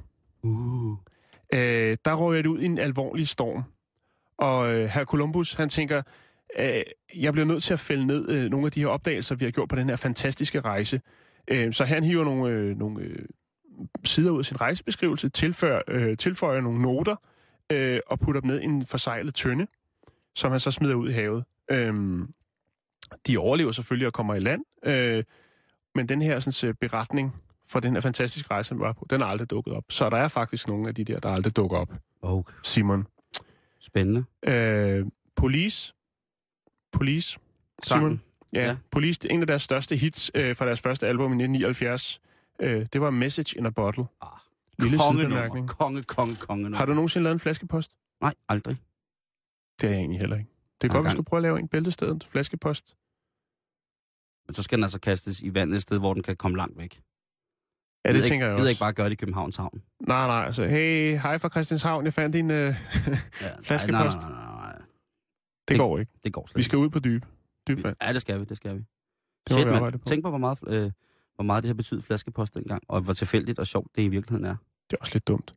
der røg jeg ud i en alvorlig storm. Og herr Columbus, han tænker, jeg bliver nødt til at fælde ned nogle af de her opdagelser, vi har gjort på den her fantastiske rejse. Så han hiver nogle sider ud af sin rejsebeskrivelse, tilføjer nogle noter og putter dem ned i en forsejlet tønde, som han så smider ud i havet. De overlever selvfølgelig og kommer i land, men den her sådan, beretning for den her fantastiske rejse, han var på, den er aldrig dukket op. Så der er faktisk nogle af de der aldrig dukker op. Okay. Simon. Spændende. Police. Simon. Ja, Police, en af deres største hits fra deres første album i 1979. Det var Message in a Bottle. Lille sidenmærkning. Konge. Har du nogensinde lavet en flaskepost? Nej, aldrig. Det er jeg egentlig heller ikke. Det er godt, vi skal prøve at lave en bæltestedet flaskepost. Men så skal den altså kastes i vandet et sted, hvor den kan komme langt væk. Ja, det tænker jeg også. Jeg ved ikke bare gøre det i Københavns Havn. Nej, altså, hey, hej fra Christianshavn, jeg fandt din flaskepost. Nej. Det går ikke. Det går slet. Vi skal ud på dyb vand. Ja, det skal vi. Det Shit, man. Tænk på, hvor meget det har betydet flaskepost dengang, og hvor tilfældigt og sjovt det i virkeligheden er. Det er også lidt dumt.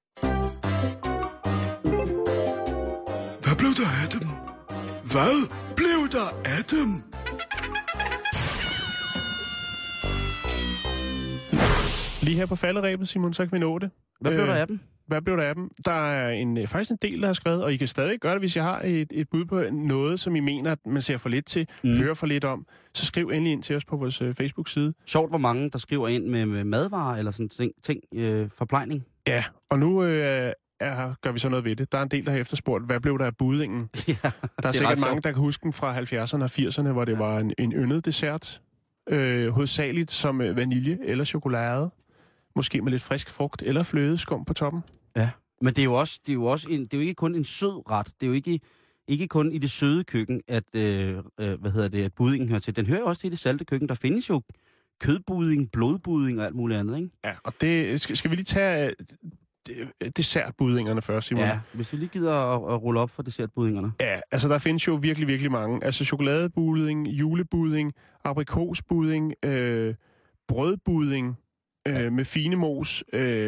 Hvad blev der af dem? Hvad blev der af dem? Lige her på falderæbet, Simon, så kan vi nå det. Hvad blev der af dem? Hvad blev der af dem? Der er faktisk en del, der har skrevet, og I kan stadig gøre det, hvis jeg har et bud på noget, som I mener, at man ser for lidt til, hører for lidt om. Så skriv endelig ind til os på vores Facebook-side. Sjovt, hvor mange, der skriver ind med madvarer eller sådan ting forplejning. Ja, og nu gør vi så noget ved det. Der er en del, der har efterspurgt, hvad blev der af budingen? Ja, der er sikkert mange, der kan huske den fra 70'erne og 80'erne, hvor det var en yndet dessert. Hovedsageligt som vanilje eller chokolade. Måske med lidt frisk frugt eller flødeskum på toppen. Ja, men det er jo ikke kun en sød ret. Det er jo ikke kun i det søde køkken, at at budingen hører til. Den hører også til det salte køkken. Der findes jo kødbuding, blodbuding og alt muligt andet, ikke? Ja, og det skal vi lige tage dessertbudingerne først, Simon. Ja, hvis vi lige gider at rulle op for dessertbudingerne. Ja, altså der findes jo virkelig, virkelig mange. Altså chokoladebuding, julebuding, aprikosbuding, brødbuding med fine mos,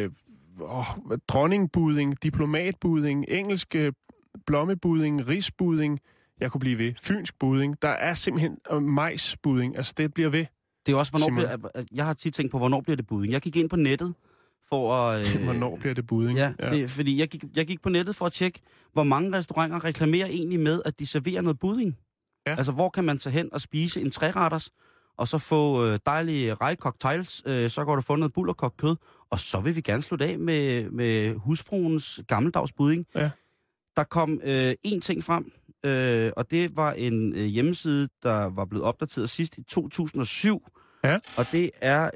dronningbuding, diplomatbuding, engelsk blommebuding, risbuding, jeg kunne blive ved, fynsk buding. Der er simpelthen majsbuding, altså det bliver ved. Det er også, jeg har tit tænkt på, hvornår bliver det buding. Jeg gik ind på nettet for at... Hvornår bliver det buding? Ja. Fordi jeg gik på nettet for at tjekke, hvor mange restauranter reklamerer egentlig med, at de serverer noget buding. Ja. Altså, hvor kan man tage hen og spise en 3-retters, og så få dejlige rejcocktails, så går du få noget bullerkogt kød, og så vil vi gerne slutte af med husfruens gammeldags buding. Ja. Der kom én ting frem, og det var en hjemmeside, der var blevet opdateret sidst i 2007. Ja. Og det er...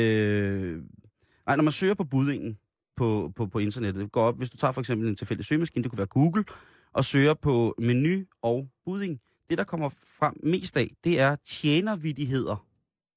når man søger på budingen på internettet, går op, hvis du tager for eksempel en tilfældig søgemaskine, det kunne være Google, og søger på menu og buding. Det, der kommer frem mest af, det er tjenervittigheder.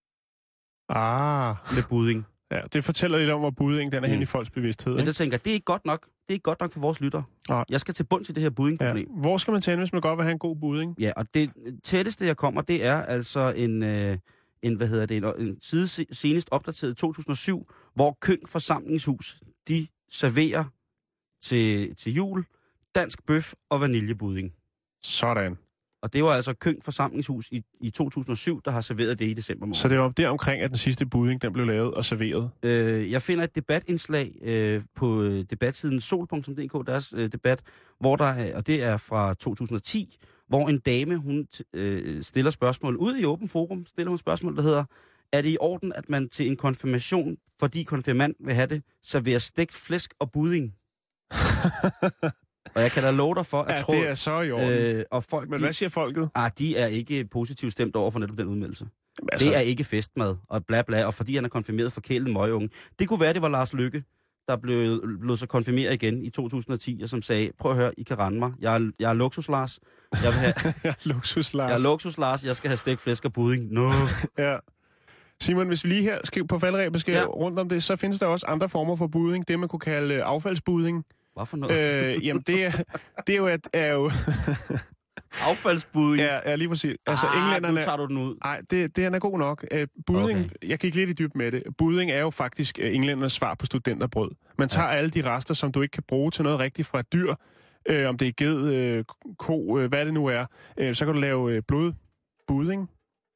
Med buding. Ja, det fortæller lidt om, hvor buding den er hen i folks bevidsthed. Men jeg tænker, det er ikke godt nok. Det er ikke godt nok for vores lytter. Ja. Jeg skal til bunds i det her budingproblem. Ja. Hvor skal man tænde, hvis man godt vil have en god buding? Ja, og det tætteste, jeg kommer, det er altså en side senest opdateret i 2007, hvor Køng Forsamlingshus, de serverer til jul dansk bøf og vaniljebuding. Sådan. Og det var altså Køng Forsamlingshus i 2007, der har serveret det i december måned. Så det var deromkring, at den sidste buding, den blev lavet og serveret? Jeg finder et debatindslag på debatsiden sol.dk, deres debat, hvor og det er fra 2010, hvor en dame, hun stiller spørgsmål ud i åben forum, stiller hun spørgsmål, der hedder, er det i orden, at man til en konfirmation, fordi konfirmand vil have det, serverer stegt flæsk og buding? Og jeg kan da love dig for, at det er så i orden. Og folk, men hvad siger folket? De er ikke positivt stemt over for netop den udmeldelse. Altså, det er ikke festmad, og bla bla, og fordi han er konfirmeret forkælet møgeunge. Det kunne være, det var Lars Løkke, der blev så konfirmeret igen i 2010, og som sagde, prøv at høre, I kan rende mig. Jeg er luksus-Lars. Jeg vil have... Jeg er luksus-Lars. Jeg skal have stegt flæsk og buding. No. Ja. Simon, hvis vi lige her skal på falderæbet rundt om det, så findes der også andre former for buding. Det, man kunne kalde affaldsbuding. Hvad for noget? Jamen, det er jo... Affaldsbuding? Ja, lige præcis. Altså, englænderne... Nu tager du den ud. Nej, det er god nok. Buding, okay. Jeg gik lidt i dyb med det. Buding er jo faktisk englændernes svar på studenterbrød. Man tager alle de rester, som du ikke kan bruge til noget rigtigt fra et dyr, om det er ged, ko, hvad det nu er, så kan du lave blodbuding,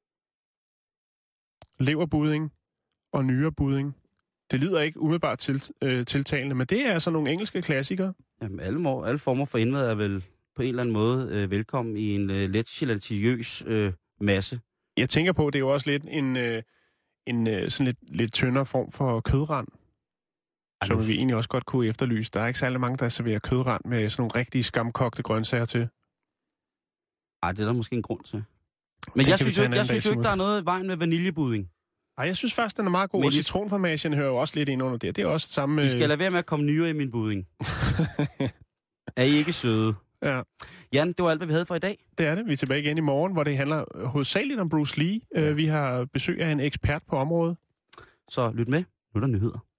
leverbuding og nyrebuding. Det lyder ikke umiddelbart tiltalende, men det er altså nogle engelske klassikere. Jamen, alle former for indmad er vel på en eller anden måde velkommen i en let gelatinøs masse. Jeg tænker på, det er jo også lidt en sådan lidt tyndere form for kødrand, som vi egentlig også godt kunne efterlyse. Der er ikke særlig mange, der serverer kødrand med sådan nogle rigtige skamkogte grøntsager til. Ej, det er der måske en grund til. Men jeg synes jo ikke, der er noget i vejen med vaniljebuding. Ej, jeg synes faktisk, den er meget god, og citronformagen hører jo også lidt ind under det. Det er også samme... I skal lade være med at komme nyere i min buding. Er I ikke søde? Ja. Jan, det var alt, hvad vi havde for i dag. Det er det. Vi er tilbage igen i morgen, hvor det handler hovedsageligt om Bruce Lee. Vi har besøg af en ekspert på området. Så lyt med. Nu er der nyheder.